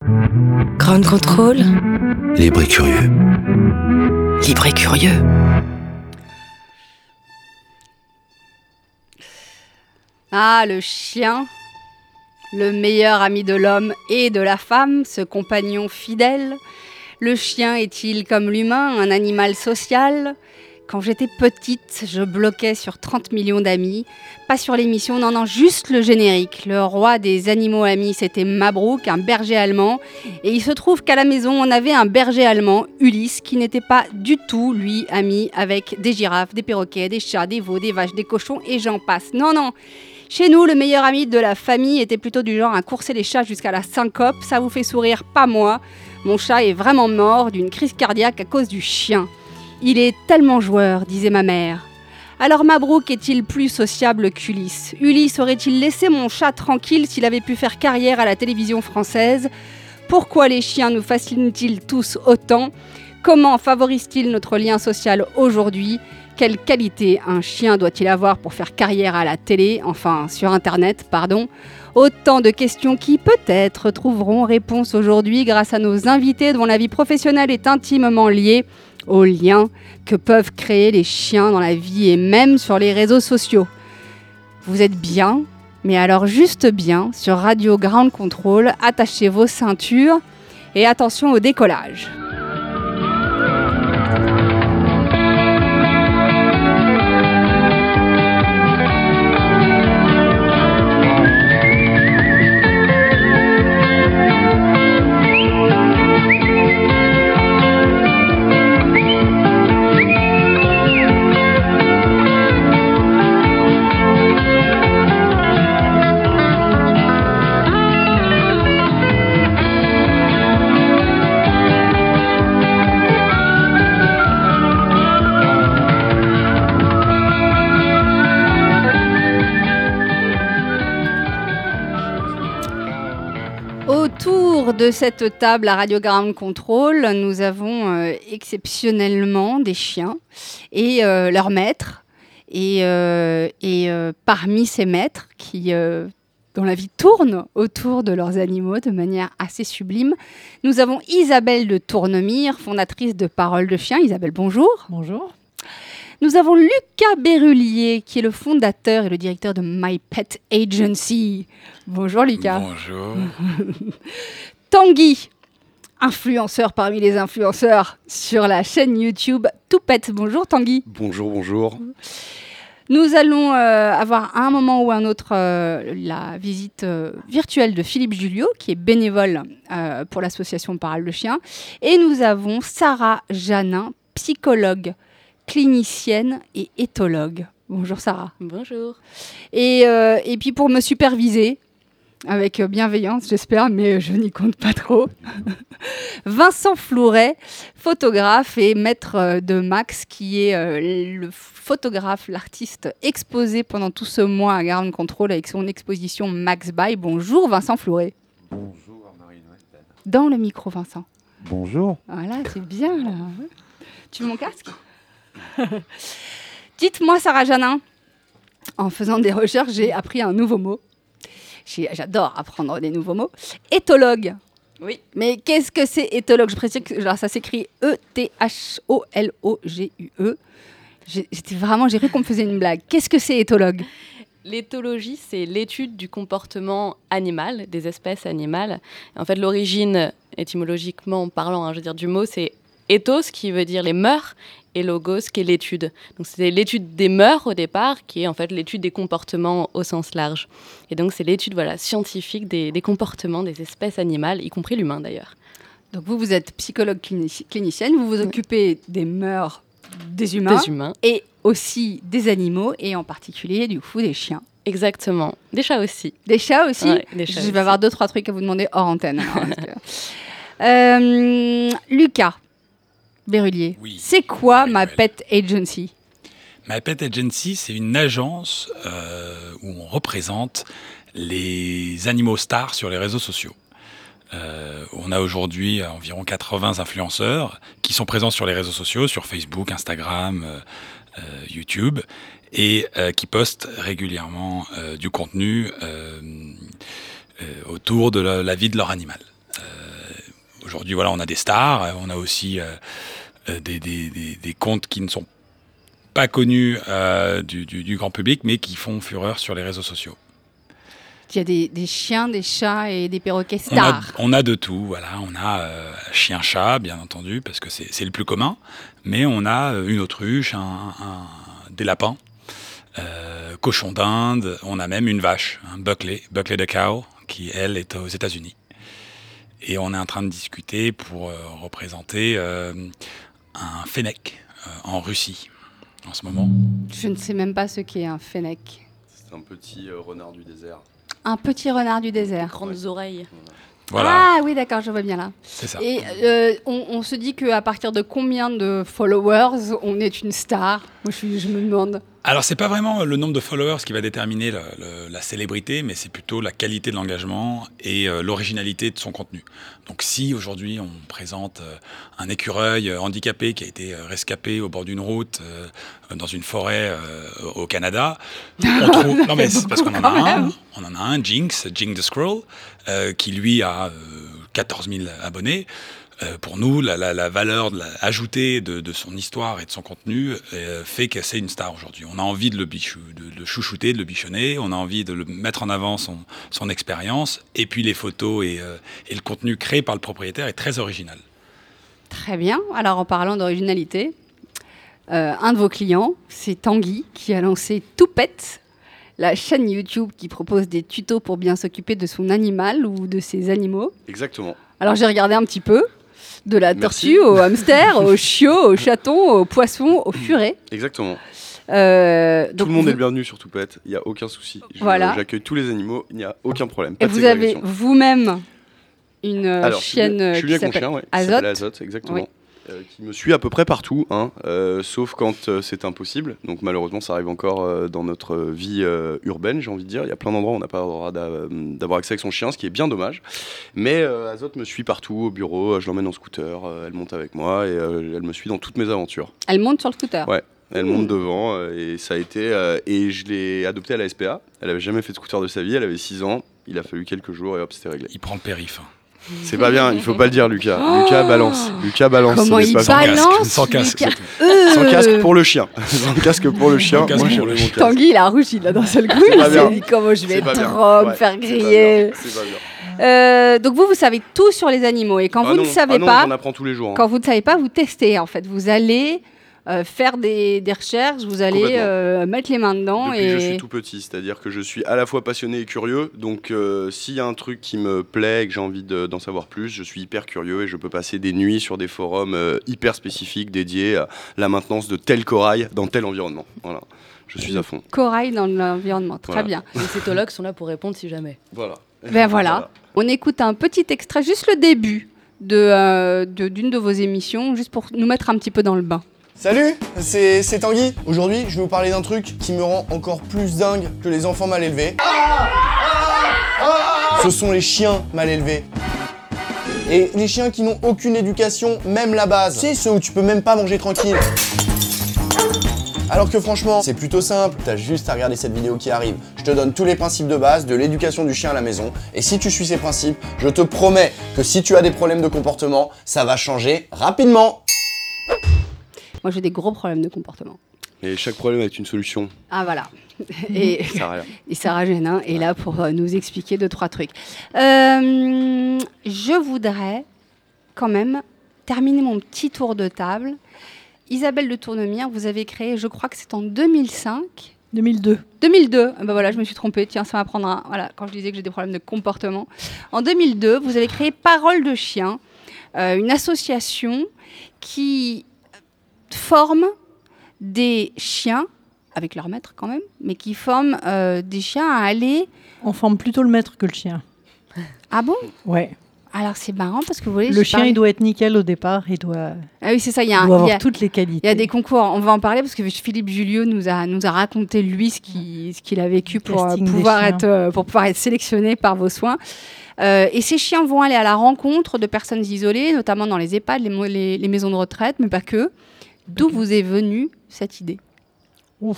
Ground Control. Libre et curieux. Libre et curieux. Ah, le chien, le meilleur ami de l'homme et de la femme, ce compagnon fidèle. Le chien est-il comme l'humain, un animal social ? Quand j'étais petite, je bloquais sur 30 millions d'amis. Pas sur l'émission, non, juste le générique. Le roi des animaux amis, c'était Mabrouk, un berger allemand. Et il se trouve qu'à la maison, on avait un berger allemand, Ulysse, qui n'était pas du tout, lui, ami avec des girafes, des perroquets, des chats, des veaux, des vaches, des cochons et j'en passe. Non. Chez nous, le meilleur ami de la famille était plutôt du genre à courser les chats jusqu'à la syncope. Ça vous fait sourire, pas moi. Mon chat est vraiment mort d'une crise cardiaque à cause du chien. Il est tellement joueur, disait ma mère. Alors Mabrouk est-il plus sociable qu'Ulysse ? Ulysse aurait-il laissé mon chat tranquille s'il avait pu faire carrière à la télévision française ? Pourquoi les chiens nous fascinent-ils tous autant ? Comment favorisent-ils notre lien social aujourd'hui ? Quelle qualité un chien doit-il avoir pour faire carrière à la télé, enfin sur Internet, pardon ? Autant de questions qui peut-être trouveront réponse aujourd'hui grâce à nos invités dont la vie professionnelle est intimement liée aux liens que peuvent créer les chiens dans la vie et même sur les réseaux sociaux. Vous êtes bien, mais alors juste bien, sur Radio Ground Control, attachez vos ceintures et attention au décollage. Autour de cette table à Radio Ground Control, nous avons exceptionnellement des chiens et leurs maîtres. Et parmi ces maîtres qui, dans la vie, tournent autour de leurs animaux de manière assez sublime, nous avons Isabelle de Tournemire, fondatrice de Parole de Chien. Isabelle, bonjour. Bonjour. Nous avons Lucas Berrulier, qui est le fondateur et le directeur de My Pet Agency. Bonjour Lucas. Bonjour. Tanguy, influenceur parmi les influenceurs sur la chaîne YouTube Toupette. Bonjour Tanguy. Bonjour. Nous allons avoir à un moment ou à un autre la visite virtuelle de Philippe Julliot, qui est bénévole pour l'association Parole de Chien. Et nous avons Sarah Janin, psychologue, clinicienne et éthologue. Bonjour Sarah. Bonjour. Et puis pour me superviser, avec bienveillance j'espère, mais je n'y compte pas trop, Vincent Flouret, photographe et maître de Max, qui est le photographe, l'artiste exposé pendant tout ce mois à Ground Control avec son exposition Max By. Bonjour Vincent Flouret. Bonjour Marie-Noël. Dans le micro Vincent. Bonjour. Voilà, c'est bien là. Tu veux mon casque ? Dites-moi Sarah Janin, en faisant des recherches, j'ai appris un nouveau mot. J'adore apprendre des nouveaux mots. Éthologue. Oui. Mais qu'est-ce que c'est éthologue ? Je précise que ça s'écrit E-T-H-O-L-O-G-U-E. J'ai cru qu'on me faisait une blague. Qu'est-ce que c'est éthologue ? L'éthologie, c'est l'étude du comportement animal, des espèces animales. En fait, l'origine, étymologiquement parlant, du mot, c'est ethos, qui veut dire les mœurs, et logos, qui est l'étude. Donc c'est l'étude des mœurs au départ, qui est en fait l'étude des comportements au sens large. Et donc c'est l'étude scientifique des comportements des espèces animales, y compris l'humain d'ailleurs. Donc vous êtes psychologue clinicienne, vous vous occupez des mœurs des humains et aussi des animaux, et en particulier du coup des chiens. Exactement. Des chats aussi. Des chats aussi ? Ouais, des chats Je vais aussi. avoir 2-3 trucs à vous demander hors antenne. Lucas Berrulier, Oui. c'est quoi Oui, My oui. Pet Agency ? My Pet Agency, c'est une agence où on représente les animaux stars sur les réseaux sociaux. On a aujourd'hui environ 80 influenceurs qui sont présents sur les réseaux sociaux, sur Facebook, Instagram, YouTube, et qui postent régulièrement du contenu autour de la vie de leur animal. Aujourd'hui, voilà, on a des stars, on a aussi des comptes qui ne sont pas connus du grand public, mais qui font fureur sur les réseaux sociaux. Il y a des chiens, des chats et des perroquets stars. On a de tout, voilà. On a chien-chat, bien entendu, parce que c'est le plus commun, mais on a une autruche, des lapins, cochon d'Inde, on a même une vache, un Buckley the cow, qui, elle, est aux États-Unis. Et on est en train de discuter pour représenter un fennec en Russie, en ce moment. Je ne sais même pas ce qu'est un fennec. C'est un petit renard du désert. Un petit renard du désert. Grandes oreilles. Voilà, Ah oui, d'accord, je vois bien là. c'est ça. Et on se dit qu'à partir de combien de followers on est une star? Moi, je me demande. Alors, c'est pas vraiment le nombre de followers qui va déterminer la célébrité, mais c'est plutôt la qualité de l'engagement et l'originalité de son contenu. Donc, si aujourd'hui on présente un écureuil handicapé qui a été rescapé au bord d'une route dans une forêt au Canada, on trouve. Non, mais c'est parce qu'on en a un. On en a un, Jinx the Squirrel, qui lui a 14 000 abonnés. Pour nous, la valeur ajoutée de son histoire et de son contenu fait que c'est une star aujourd'hui. On a envie de le chouchouter, de le bichonner, on a envie de le mettre en avant son expérience, et puis les photos et le contenu créé par le propriétaire est très original. Très bien. Alors, en parlant d'originalité, un de vos clients, c'est Tanguy, qui a lancé Toupette, la chaîne YouTube qui propose des tutos pour bien s'occuper de son animal ou de ses animaux. Exactement. Alors, j'ai regardé un petit peu. De la tortue au hamster, au chiot, au chaton, au poisson, au furet. Exactement. Donc tout le monde est le bienvenu sur Toupette, il n'y a aucun souci. Voilà. J'accueille tous les animaux, il n'y a aucun problème. Et vous avez vous-même une chienne je suis bien qui avec mon chien, s'appelle qui s'appelle Azote. Azote, exactement. Oui. Qui me suit à peu près partout, sauf quand c'est impossible. Donc malheureusement, ça arrive encore dans notre vie urbaine, j'ai envie de dire. Il y a plein d'endroits où on n'a pas le droit d'avoir accès avec son chien, ce qui est bien dommage. Mais Azote me suit partout, au bureau, je l'emmène en scooter, elle monte avec moi et elle me suit dans toutes mes aventures. Elle monte sur le scooter. Ouais. Elle monte devant et ça a été... et je l'ai adoptée à la SPA. Elle n'avait jamais fait de scooter de sa vie, elle avait 6 ans. Il a fallu quelques jours et hop, c'était réglé. Il prend le périph'. C'est pas bien, il faut pas le dire, Lucas. Lucas balance. Lucas balance. Comment il pas balance Sans casque. Lucas. Sans casque pour le chien. Sans casque pour le chien. Sans casque Moi, pour j'ai le mon chien. casque. Tanguy, il a rougi là d'un seul coup. C'est Il pas s'est bien. dit comment je vais C'est pas bien. trop me Ouais, faire c'est pas griller. bien. C'est pas bien. Donc vous savez tout sur les animaux. Et quand vous ne savez non, pas, j'en apprends tous les jours. quand vous ne savez pas, vous testez en fait. Vous allez faire des recherches, vous allez mettre les mains dedans. Depuis que je suis tout petit, c'est-à-dire que je suis à la fois passionné et curieux. Donc s'il y a un truc qui me plaît et que j'ai envie d'en savoir plus, je suis hyper curieux et je peux passer des nuits sur des forums hyper spécifiques dédiés à la maintenance de tel corail dans tel environnement. Voilà, je suis à fond. Corail dans l'environnement, très Voilà. bien. Les cétologues sont là pour répondre si jamais. Voilà. Ben voilà, on écoute un petit extrait, juste le début d'une de vos émissions, juste pour nous mettre un petit peu dans le bain. Salut, c'est Tanguy. Aujourd'hui, je vais vous parler d'un truc qui me rend encore plus dingue que les enfants mal élevés. Ce sont les chiens mal élevés. Et les chiens qui n'ont aucune éducation, même la base. C'est ceux où tu peux même pas manger tranquille. Alors que franchement, c'est plutôt simple, t'as juste à regarder cette vidéo qui arrive. Je te donne tous les principes de base de l'éducation du chien à la maison. Et si tu suis ces principes, je te promets que si tu as des problèmes de comportement, ça va changer rapidement. Moi j'ai des gros problèmes de comportement. Et chaque problème est une solution. Ah voilà. Et Ça rien. Sarah Génin est là pour nous expliquer 2-3 trucs. Je voudrais quand même terminer mon petit tour de table. Isabelle de Tournemire, vous avez créé, je crois que c'est en 2005. 2002. 2002, ben voilà, je me suis trompée. Tiens, ça m'apprendra. Voilà, quand je disais que j'ai des problèmes de comportement. En 2002, vous avez créé Parole de chien, une association qui forme des chiens, avec leur maître quand même, mais qui forme des chiens à aller... On forme plutôt le maître que le chien. Ah bon? Ouais. Alors c'est marrant parce que vous voyez... Le chien, il doit être nickel au départ. Il doit, Ah oui, c'est ça, il y il a, doit il y avoir a- toutes les qualités. il y a des concours. On va en parler parce que Philippe Juliot nous a raconté, lui, ce qu'il a vécu pour Casting des pouvoir chiens. pour pouvoir être sélectionné par vos soins. Et ces chiens vont aller à la rencontre de personnes isolées, notamment dans les EHPAD, les maisons de retraite, mais pas que. D'où vous est venue cette idée? Ouf.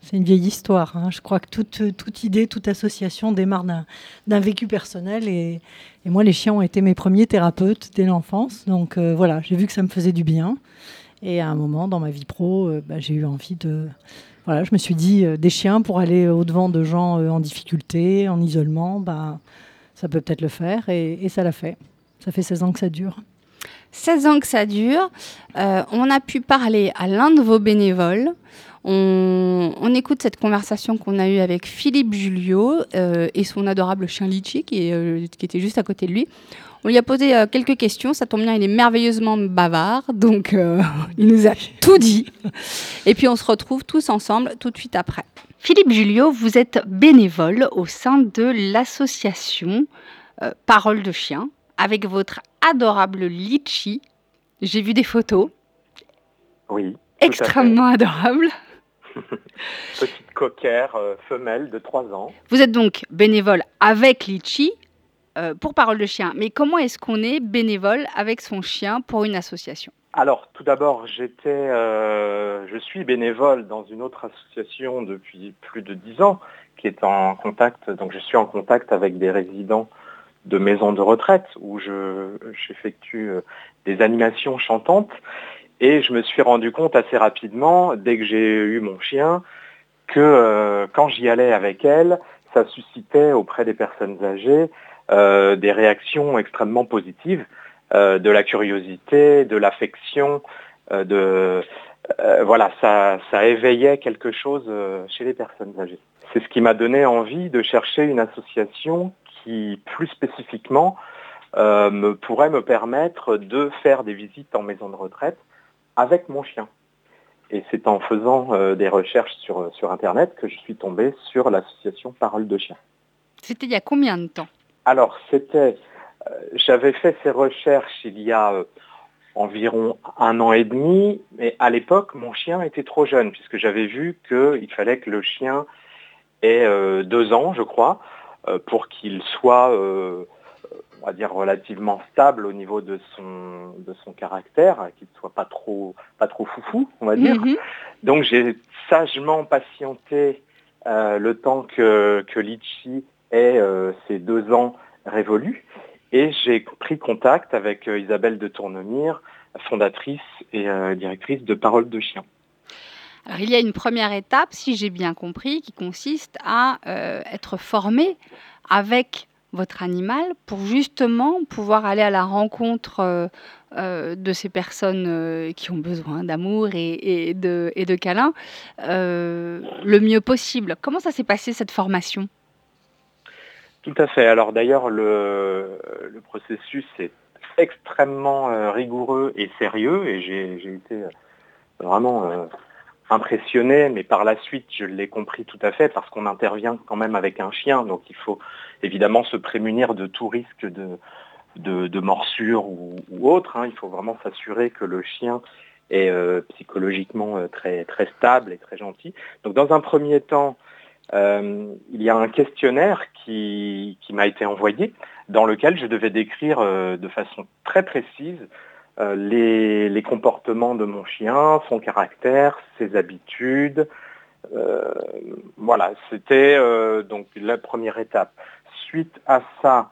C'est une vieille histoire, hein. Je crois que toute idée, toute association démarre d'un vécu personnel. Et moi, les chiens ont été mes premiers thérapeutes dès l'enfance. Donc voilà, j'ai vu que ça me faisait du bien. Et à un moment, dans ma vie pro, j'ai eu envie de... Voilà, je me suis dit, des chiens pour aller au-devant de gens en difficulté, en isolement, ça peut peut-être le faire. Et ça l'a fait. Ça fait 16 ans que ça dure. 16 ans que ça dure. On a pu parler à l'un de vos bénévoles. On écoute cette conversation qu'on a eue avec Philippe Julio et son adorable chien Litchi qui était juste à côté de lui. On lui a posé quelques questions, ça tombe bien, il est merveilleusement bavard, donc il nous a tout dit. Et puis on se retrouve tous ensemble tout de suite après. Philippe Julio, vous êtes bénévole au sein de l'association Parole de chien avec votre adorable Litchi. J'ai vu des photos. Oui. Extrêmement adorable. Petite cocker femelle de 3 ans. Vous êtes donc bénévole avec Litchi pour Parole de chien. Mais comment est-ce qu'on est bénévole avec son chien pour une association ? Alors, tout d'abord, je suis bénévole dans une autre association depuis plus de 10 ans qui est en contact. Donc, je suis en contact avec des résidents de maisons de retraite où j'effectue des animations chantantes. Et je me suis rendu compte assez rapidement, dès que j'ai eu mon chien, que quand j'y allais avec elle, ça suscitait auprès des personnes âgées des réactions extrêmement positives, de la curiosité, de l'affection, voilà, ça éveillait quelque chose chez les personnes âgées. C'est ce qui m'a donné envie de chercher une association qui, plus spécifiquement, pourrait me permettre de faire des visites en maison de retraite avec mon chien. Et c'est en faisant des recherches sur Internet que je suis tombé sur l'association Parole de chien. C'était il y a combien de temps ? Alors, j'avais fait ces recherches il y a environ 1 an et demi, mais à l'époque, mon chien était trop jeune, puisque j'avais vu qu'il fallait que le chien ait 2 ans, je crois, pour qu'il soit... on va dire relativement stable au niveau de son caractère, qu'il ne soit pas trop foufou, on va dire. Mm-hmm. Donc j'ai sagement patienté le temps que Litchi ait ses 2 ans révolus, et j'ai pris contact avec Isabelle de Tournemire, fondatrice et directrice de Parole de chien. Alors, il y a une première étape, si j'ai bien compris, qui consiste à être formé avec votre animal pour justement pouvoir aller à la rencontre de ces personnes qui ont besoin d'amour et de câlins le mieux possible. Comment ça s'est passé cette formation ? Tout à fait. Alors d'ailleurs, le processus est extrêmement rigoureux et sérieux et j'ai été vraiment... impressionné, mais par la suite, je l'ai compris tout à fait, parce qu'on intervient quand même avec un chien, donc il faut évidemment se prémunir de tout risque de morsure ou autre. Il faut vraiment s'assurer que le chien est psychologiquement très, très stable et très gentil. Donc dans un premier temps, il y a un questionnaire qui m'a été envoyé, dans lequel je devais décrire de façon très précise les comportements de mon chien, son caractère, ses habitudes. Voilà, c'était donc la première étape. Suite à ça,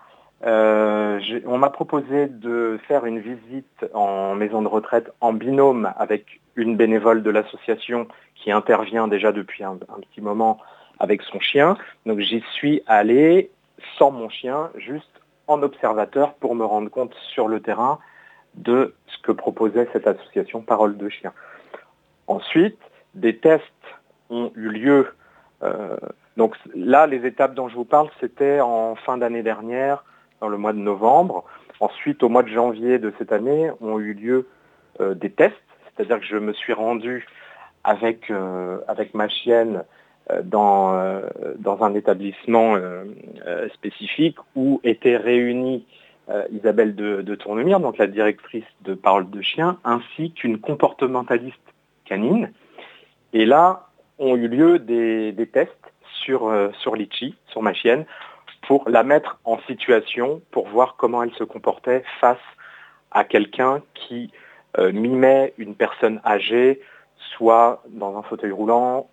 on m'a proposé de faire une visite en maison de retraite en binôme avec une bénévole de l'association qui intervient déjà depuis un petit moment avec son chien. Donc j'y suis allé sans mon chien, juste en observateur pour me rendre compte sur le terrain de ce que proposait cette association Parole de chien. Ensuite, des tests ont eu lieu. Donc là, les étapes dont je vous parle, c'était en fin d'année dernière, dans le mois de novembre. Ensuite, au mois de janvier de cette année, ont eu lieu des tests, c'est-à-dire que je me suis rendu avec ma chienne dans un établissement spécifique où étaient réunis Isabelle de Tournemire, donc la directrice de Parole de chien, ainsi qu'une comportementaliste canine. Et là, ont eu lieu des tests sur Litchi, sur ma chienne, pour la mettre en situation, pour voir comment elle se comportait face à quelqu'un qui mimait une personne âgée, soit dans un fauteuil roulant ou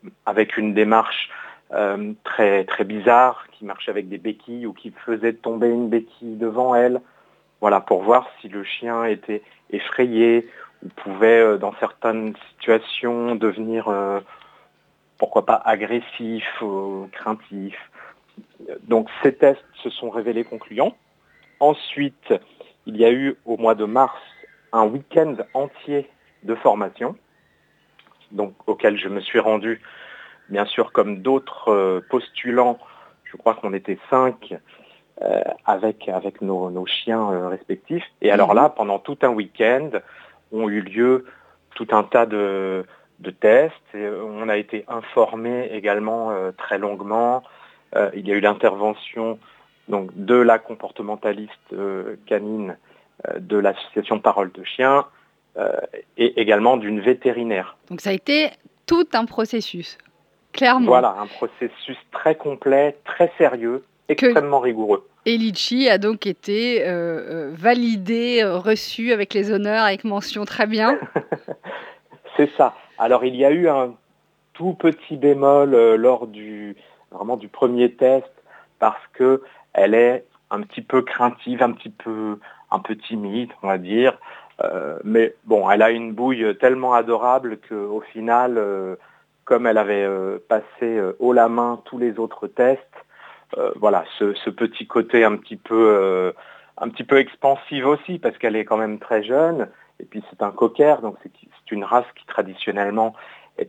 avec une démarche très, très bizarre, qui marchait avec des béquilles ou qui faisait tomber une béquille devant elle. Voilà, pour voir si le chien était effrayé ou pouvait, dans certaines situations, devenir, pourquoi pas, agressif, craintif. Donc ces tests se sont révélés concluants. Ensuite, il y a eu au mois de mars un week-end entier de formation, donc auquel je me suis rendu, bien sûr, comme d'autres postulants. Je crois qu'on était 5 avec nos chiens respectifs. Et alors là, pendant tout un week-end, ont eu lieu tout un tas de tests. Et on a été informés également très longuement. Il y a eu l'intervention donc, de la comportementaliste canine de l'association Parole de Chiens et également d'une vétérinaire. Donc ça a été tout un processus, clairement. Voilà, un processus très complet, très sérieux, extrêmement rigoureux. Et Litchi a donc été validé, reçu avec les honneurs, avec mention très bien. C'est ça. Alors il y a eu un tout petit bémol lors vraiment du premier test, parce que elle est un petit peu craintive, un peu timide, on va dire. Mais bon, elle a une bouille tellement adorable qu'au final, comme elle avait passé haut la main tous les autres tests, voilà, ce petit côté un petit peu expansif aussi, parce qu'elle est quand même très jeune, et puis c'est un cocker, donc c'est une race qui traditionnellement est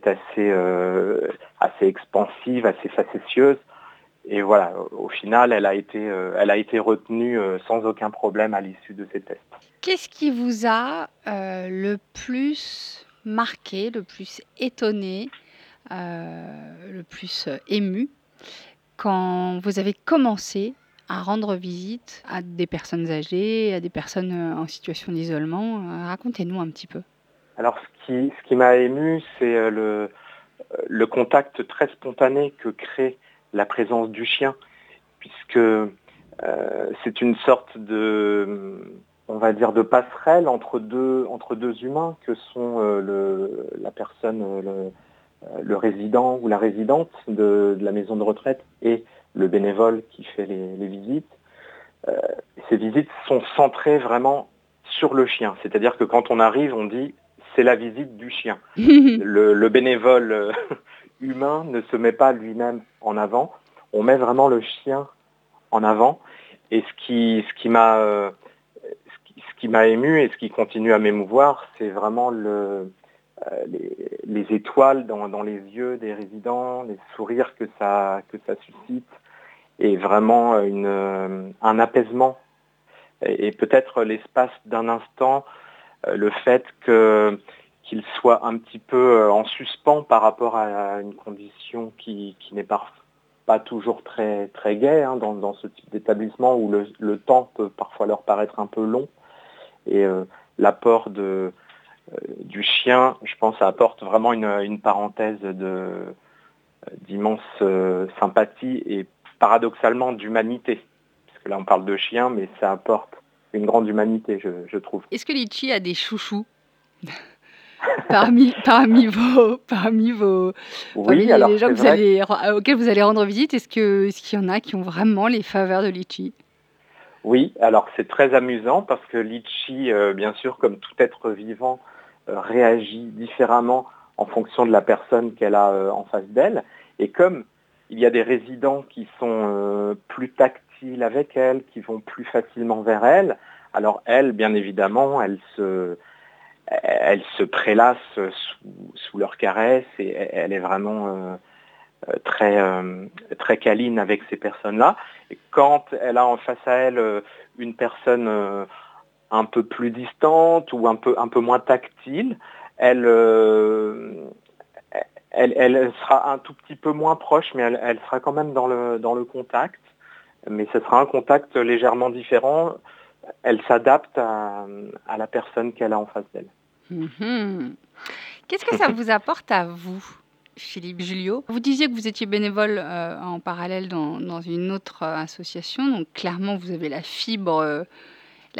assez expansive, assez facétieuse. Et voilà, au final, elle a été retenue sans aucun problème à l'issue de ces tests. Qu'est-ce qui vous a le plus marqué, le plus étonné, le plus ému quand vous avez commencé à rendre visite à des personnes âgées, à des personnes en situation d'isolement? Racontez-nous un petit peu. Alors, ce qui m'a ému, c'est le contact très spontané que crée la présence du chien, puisque c'est une sorte on va dire, de passerelle entre deux humains que sont la personne, le résident ou la résidente de la maison de retraite et le bénévole qui fait les visites. Ces visites sont centrées vraiment sur le chien, c'est-à-dire que quand on arrive, on dit c'est la visite du chien. Le bénévole humain ne se met pas lui-même en avant, on met vraiment le chien en avant. Et ce qui m'a ému et ce qui continue à m'émouvoir, c'est vraiment les étoiles dans les yeux des résidents, les sourires que ça suscite, et vraiment un apaisement. Et peut-être l'espace d'un instant, le fait qu'il soit un petit peu en suspens par rapport à une condition qui n'est pas toujours très, très gaie dans ce type d'établissement où le temps peut parfois leur paraître un peu long. Et l'apport du chien, je pense, ça apporte vraiment une parenthèse d'immense sympathie et paradoxalement d'humanité. Parce que là, on parle de chien, mais ça apporte une grande humanité, je trouve. Est-ce que Litchi a des chouchous parmi vos oui, alors les gens auxquels vous allez rendre visite? Est-ce qu'il y en a qui ont vraiment les faveurs de Litchi? Oui, alors c'est très amusant parce que Litchi, bien sûr, comme tout être vivant, réagit différemment en fonction de la personne qu'elle a en face d'elle. Et comme il y a des résidents qui sont plus tactiles avec elle, qui vont plus facilement vers elle, alors elle, bien évidemment, elle se prélasse sous leur caresse et elle est vraiment très, très câline avec ces personnes-là. Et quand elle a en face à elle une personne un peu plus distante ou un peu moins tactile, elle sera un tout petit peu moins proche, mais elle sera quand même dans le contact. Mais ce sera un contact légèrement différent. Elle s'adapte à la personne qu'elle a en face d'elle. Mmh. Qu'est-ce que ça vous apporte à vous, Philippe Julliot? Vous disiez que vous étiez bénévole en parallèle dans une autre association, donc clairement vous avez la fibre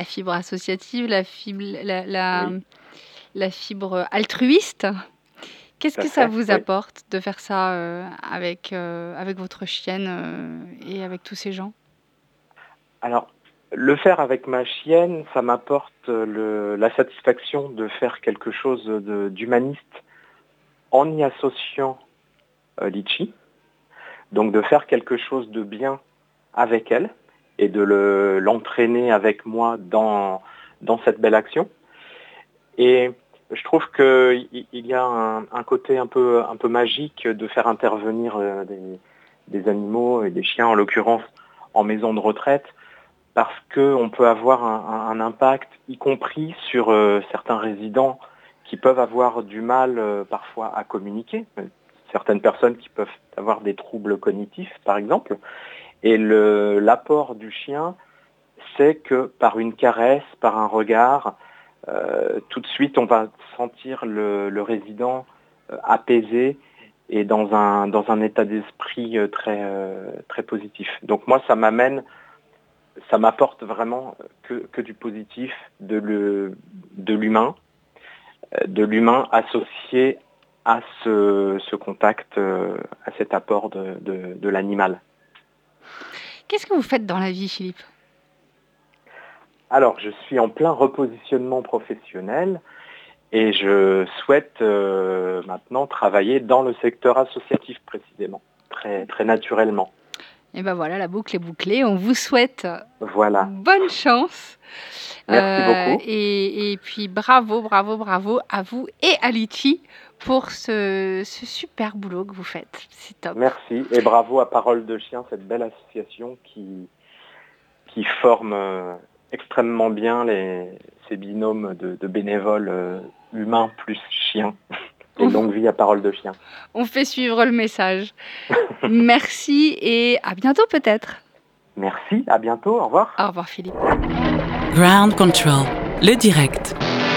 associative, la fibre altruiste. Qu'est-ce Tout à que ça fait, vous oui. apporte de faire ça avec votre chienne et avec tous ces gens? Alors, le faire avec ma chienne, ça m'apporte la satisfaction de faire quelque chose d'humaniste en y associant Litchi. Donc de faire quelque chose de bien avec elle et de l'entraîner avec moi dans cette belle action. Et je trouve qu'il y a un côté un peu magique de faire intervenir des animaux et des chiens, en l'occurrence en maison de retraite, parce qu'on peut avoir un impact, y compris sur certains résidents qui peuvent avoir du mal parfois à communiquer. Certaines personnes qui peuvent avoir des troubles cognitifs, par exemple. Et l'apport du chien, c'est que par une caresse, par un regard, tout de suite, on va sentir le résident apaisé et dans un état d'esprit très positif. Donc moi, ça m'apporte vraiment que du positif, de l'humain associé à ce contact, à cet apport de l'animal. Qu'est-ce que vous faites dans la vie, Philippe? Alors, je suis en plein repositionnement professionnel et je souhaite maintenant travailler dans le secteur associatif précisément, très, très naturellement. Et ben voilà, la boucle est bouclée. On vous souhaite Voilà. bonne chance. Merci beaucoup. Et puis bravo à vous et à Litchi pour ce super boulot que vous faites. C'est top. Merci et bravo à Parole de Chien, cette belle association qui forme extrêmement bien ces binômes de bénévoles humains plus chiens. Et longue vie à Parole de Chien. On fait suivre le message. Merci et à bientôt peut-être. Merci, à bientôt, au revoir. Au revoir Philippe. Ground Control, le direct.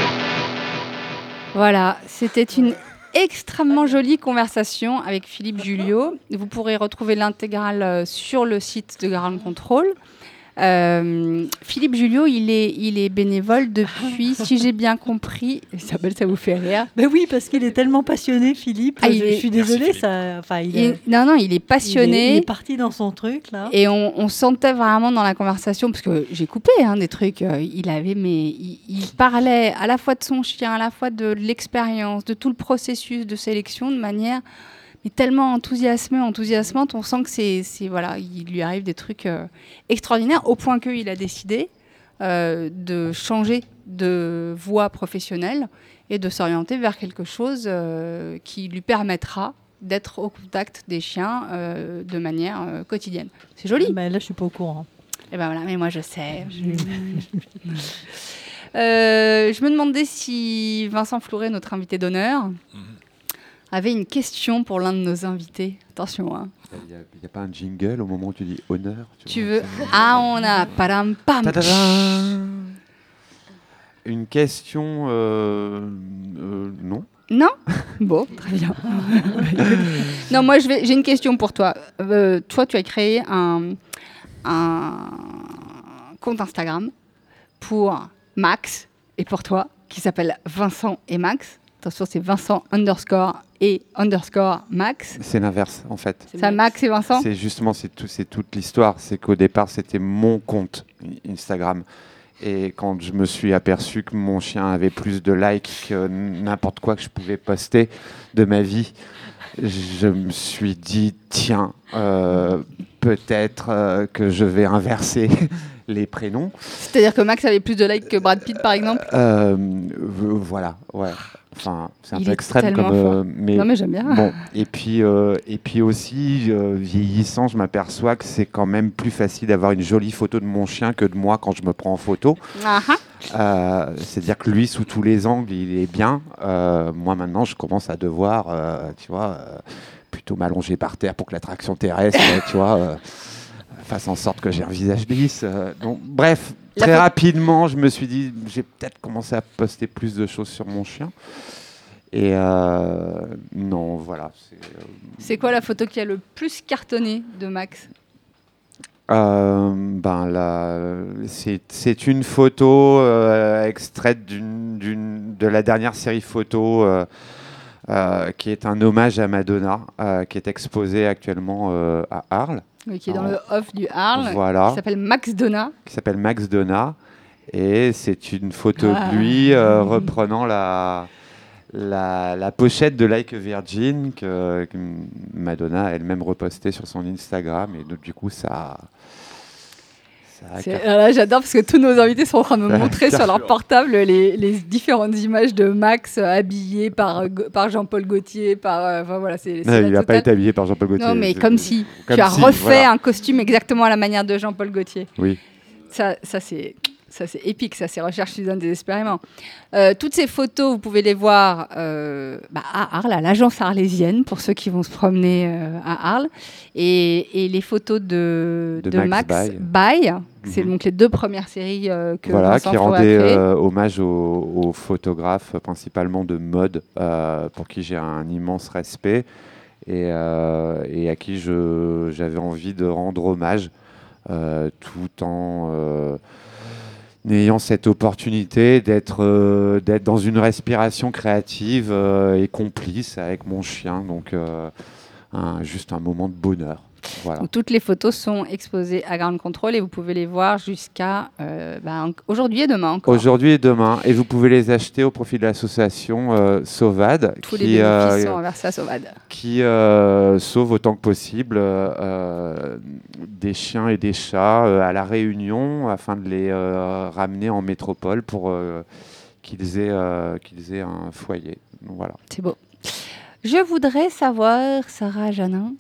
Voilà, c'était une extrêmement jolie conversation avec Philippe Julliot. Vous pourrez retrouver l'intégrale sur le site de Ground Control. Philippe Julliot, il est bénévole depuis, si j'ai bien compris, Isabelle, ça vous fait rire. Ben oui, parce qu'il est tellement passionné, Philippe. Je suis désolée, non, il est passionné. Il est parti dans son truc là. Et on sentait vraiment dans la conversation, parce que j'ai coupé des trucs. Il parlait à la fois de son chien, à la fois de l'expérience, de tout le processus de sélection de manière mais tellement enthousiasmante, on sent que voilà, il lui arrive des trucs extraordinaires, au point qu'il a décidé de changer de voie professionnelle et de s'orienter vers quelque chose qui lui permettra d'être au contact des chiens de manière quotidienne. C'est joli. Ben là, je suis pas au courant. Et ben voilà, mais moi je sais. Je me demandais si Vincent Flouret, notre invité d'honneur, avait une question pour l'un de nos invités. Attention, hein. Il n'y a pas un jingle au moment où tu dis honneur? Tu veux? Ah, on a padam pam. Une question non. Non? Bon, très bien. Non, moi j'ai une question pour toi. Toi, tu as créé un compte Instagram pour Max et pour toi, qui s'appelle Vincent et Max. Attention, c'est Vincent _ Max. C'est l'inverse, en fait. C'est Max et Vincent? C'est justement, c'est toute l'histoire. C'est qu'au départ, c'était mon compte Instagram. Et quand je me suis aperçu que mon chien avait plus de likes que n'importe quoi que je pouvais poster de ma vie, je me suis dit, tiens, peut-être que je vais inverser les prénoms. C'est-à-dire que Max avait plus de likes que Brad Pitt, par exemple? Voilà, ouais. Enfin, c'est un peu extrême mais non, mais j'aime bien. Bon, et puis aussi, vieillissant, je m'aperçois que c'est quand même plus facile d'avoir une jolie photo de mon chien que de moi quand je me prends en photo. C'est-à-dire que lui, sous tous les angles, il est bien. Moi, maintenant, je commence à devoir, plutôt m'allonger par terre pour que l'attraction terrestre, fasse en sorte que j'ai un visage lisse. Donc, bref, très rapidement, je me suis dit, j'ai peut-être commencé à poster plus de choses sur mon chien. Et non, voilà. C'est quoi la photo qui a le plus cartonné de Max? C'est une photo extraite de la dernière série photo qui est un hommage à Madonna, qui est exposé actuellement à Arles. Oui, qui est dans le off du Arles, Voilà. qui s'appelle Max Donna. Qui s'appelle Max Donna. Et c'est une photo de lui reprenant la pochette de Like a Virgin que Madonna a elle-même repostée sur son Instagram. Et donc, du coup, ça là, j'adore parce que tous nos invités sont en train de me montrer sur leur portable les différentes images de Max habillé par Jean-Paul Gaultier. Voilà, il n'a pas été habillé par Jean-Paul Gaultier. Non, mais comme si tu as refait un costume exactement à la manière de Jean-Paul Gaultier. Oui. Ça c'est épique, ça, c'est recherche Suzanne Désespérément. Toutes ces photos, vous pouvez les voir à Arles, à l'agence arlésienne, pour ceux qui vont se promener à Arles. Et les photos de Max By, c'est donc les 2 premières séries que Vincent qui Flo a rendaient créées. hommage aux photographes, principalement de mode, pour qui j'ai un immense respect et à qui j'avais envie de rendre hommage, tout en... n'ayant cette opportunité d'être dans une respiration créative et complice avec mon chien. Donc, juste un moment de bonheur. Voilà. Donc, toutes les photos sont exposées à Ground Control et vous pouvez les voir jusqu'à aujourd'hui et demain encore. Aujourd'hui et demain. Et vous pouvez les acheter au profit de l'association Sauvade. Tous les bénéfices sont versés à Sauvade. Qui sauve autant que possible des chiens et des chats à La Réunion afin de les ramener en métropole pour qu'ils aient un foyer. Donc, voilà. C'est beau. Je voudrais savoir, Sarah Janin,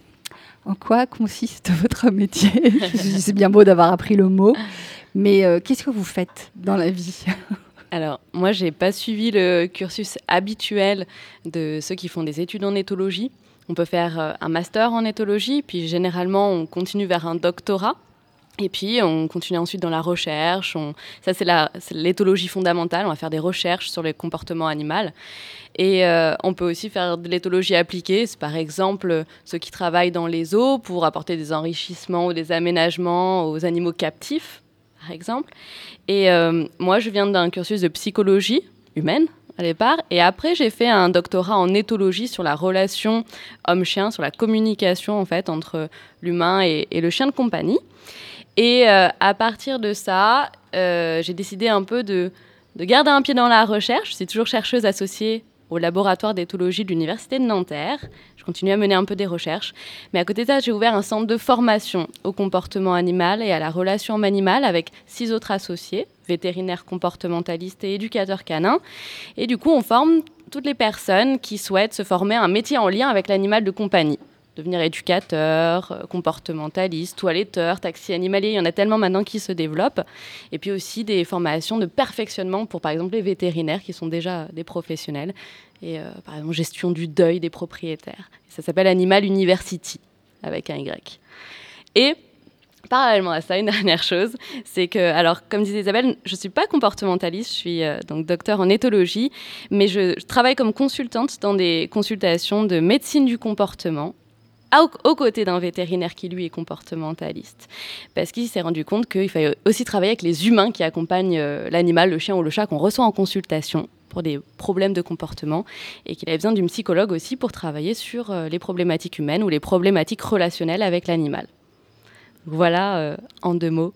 en quoi consiste votre métier? C'est bien beau d'avoir appris le mot, mais qu'est-ce que vous faites dans la vie? Alors, moi, je n'ai pas suivi le cursus habituel de ceux qui font des études en éthologie. On peut faire un master en éthologie, puis généralement, on continue vers un doctorat. Et puis, on continue ensuite dans la recherche. Ça, c'est l'éthologie fondamentale. On va faire des recherches sur les comportements animaux. Et on peut aussi faire de l'éthologie appliquée. C'est par exemple ceux qui travaillent dans les zoos pour apporter des enrichissements ou des aménagements aux animaux captifs, par exemple. Et moi, je viens d'un cursus de psychologie humaine à départ. Et après, j'ai fait un doctorat en éthologie sur la relation homme-chien, sur la communication en fait, entre l'humain et le chien de compagnie. Et à partir de ça, j'ai décidé un peu de garder un pied dans la recherche. Je suis toujours chercheuse associée au laboratoire d'éthologie de l'Université de Nanterre. Je continue à mener un peu des recherches. Mais à côté de ça, j'ai ouvert un centre de formation au comportement animal et à la relation homme-animal avec 6 autres associés, vétérinaires comportementalistes et éducateurs canins. Et du coup, on forme toutes les personnes qui souhaitent se former à un métier en lien avec l'animal de compagnie. Devenir éducateur, comportementaliste, toiletteur, taxi animalier, il y en a tellement maintenant qui se développent. Et puis aussi des formations de perfectionnement pour, par exemple, les vétérinaires qui sont déjà des professionnels. Et par exemple, gestion du deuil des propriétaires. Ça s'appelle Animal University, avec un Y. Et parallèlement à ça, une dernière chose, c'est que, alors, comme disait Isabelle, je ne suis pas comportementaliste, je suis donc docteur en éthologie, mais je travaille comme consultante dans des consultations de médecine du comportement, aux côtés d'un vétérinaire qui, lui, est comportementaliste. Parce qu'il s'est rendu compte qu'il fallait aussi travailler avec les humains qui accompagnent l'animal, le chien ou le chat qu'on reçoit en consultation pour des problèmes de comportement et qu'il avait besoin d'une psychologue aussi pour travailler sur les problématiques humaines ou les problématiques relationnelles avec l'animal. Voilà, en 2 mots,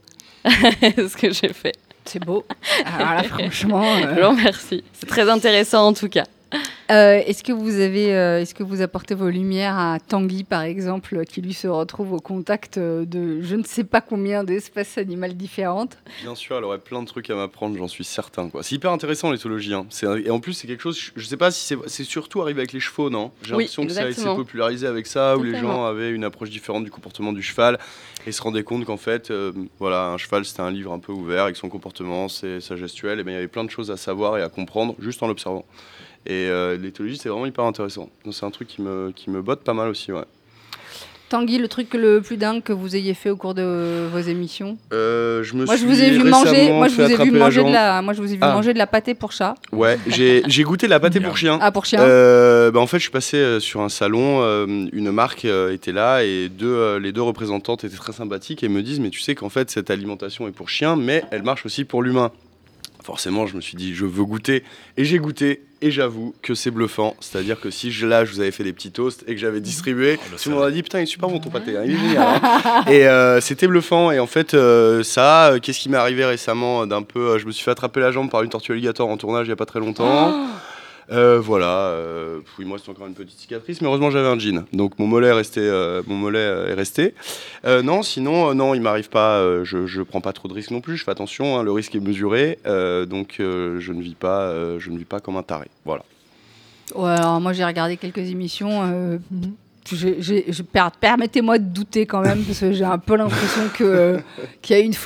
ce que j'ai fait. C'est beau. Alors là, franchement... Je vous remercie. C'est très intéressant en tout cas. Est-ce que vous apportez vos lumières à Tanguy, par exemple, qui lui se retrouve au contact de je ne sais pas combien d'espèces animales différentes? Bien sûr, elle aurait plein de trucs à m'apprendre, j'en suis certain, quoi. C'est hyper intéressant l'éthologie. Hein. Et en plus, c'est quelque chose, je ne sais pas si c'est surtout arrivé avec les chevaux, non? J'ai l'impression que ça a été popularisé avec ça, où les gens avaient une approche différente du comportement du cheval et se rendaient compte qu'en fait, un cheval, c'était un livre un peu ouvert avec son comportement, sa gestuelle, et bien il y avait plein de choses à savoir et à comprendre juste en l'observant. Et l'éthologie, c'est vraiment hyper intéressant. Donc, c'est un truc qui me botte pas mal aussi, ouais. Tanguy, le truc le plus dingue que vous ayez fait au cours de vos émissions? Moi, je vous ai vu manger de la pâtée pour chat. Ouais, j'ai goûté de la pâtée pour chien. Ah, pour chien. En fait, je suis passé sur un salon, une marque était là et les 2 représentantes étaient très sympathiques et me disent, mais tu sais qu'en fait, cette alimentation est pour chien, mais elle marche aussi pour l'humain. forcément, je me suis dit, je veux goûter. Et j'ai goûté, et j'avoue que c'est bluffant. C'est-à-dire que si je vous avais fait des petits toasts et que j'avais distribué, tout le monde a dit, putain, il est super bon ton pâté, hein, il est génial. Hein. Et c'était bluffant. Et en fait, qu'est-ce qui m'est arrivé récemment d'un peu, je me suis fait attraper la jambe par une tortue alligator en tournage il n'y a pas très longtemps. Oui, moi c'est encore une petite cicatrice, mais heureusement j'avais un jean, donc mon mollet est resté. Non, sinon, non, il m'arrive pas. Je prends pas trop de risques non plus. Je fais attention, hein, le risque est mesuré, donc je ne vis pas comme un taré. Voilà. Ouais, alors moi j'ai regardé quelques émissions. Permettez-moi de douter quand même, parce que j'ai un peu l'impression qu'il y a une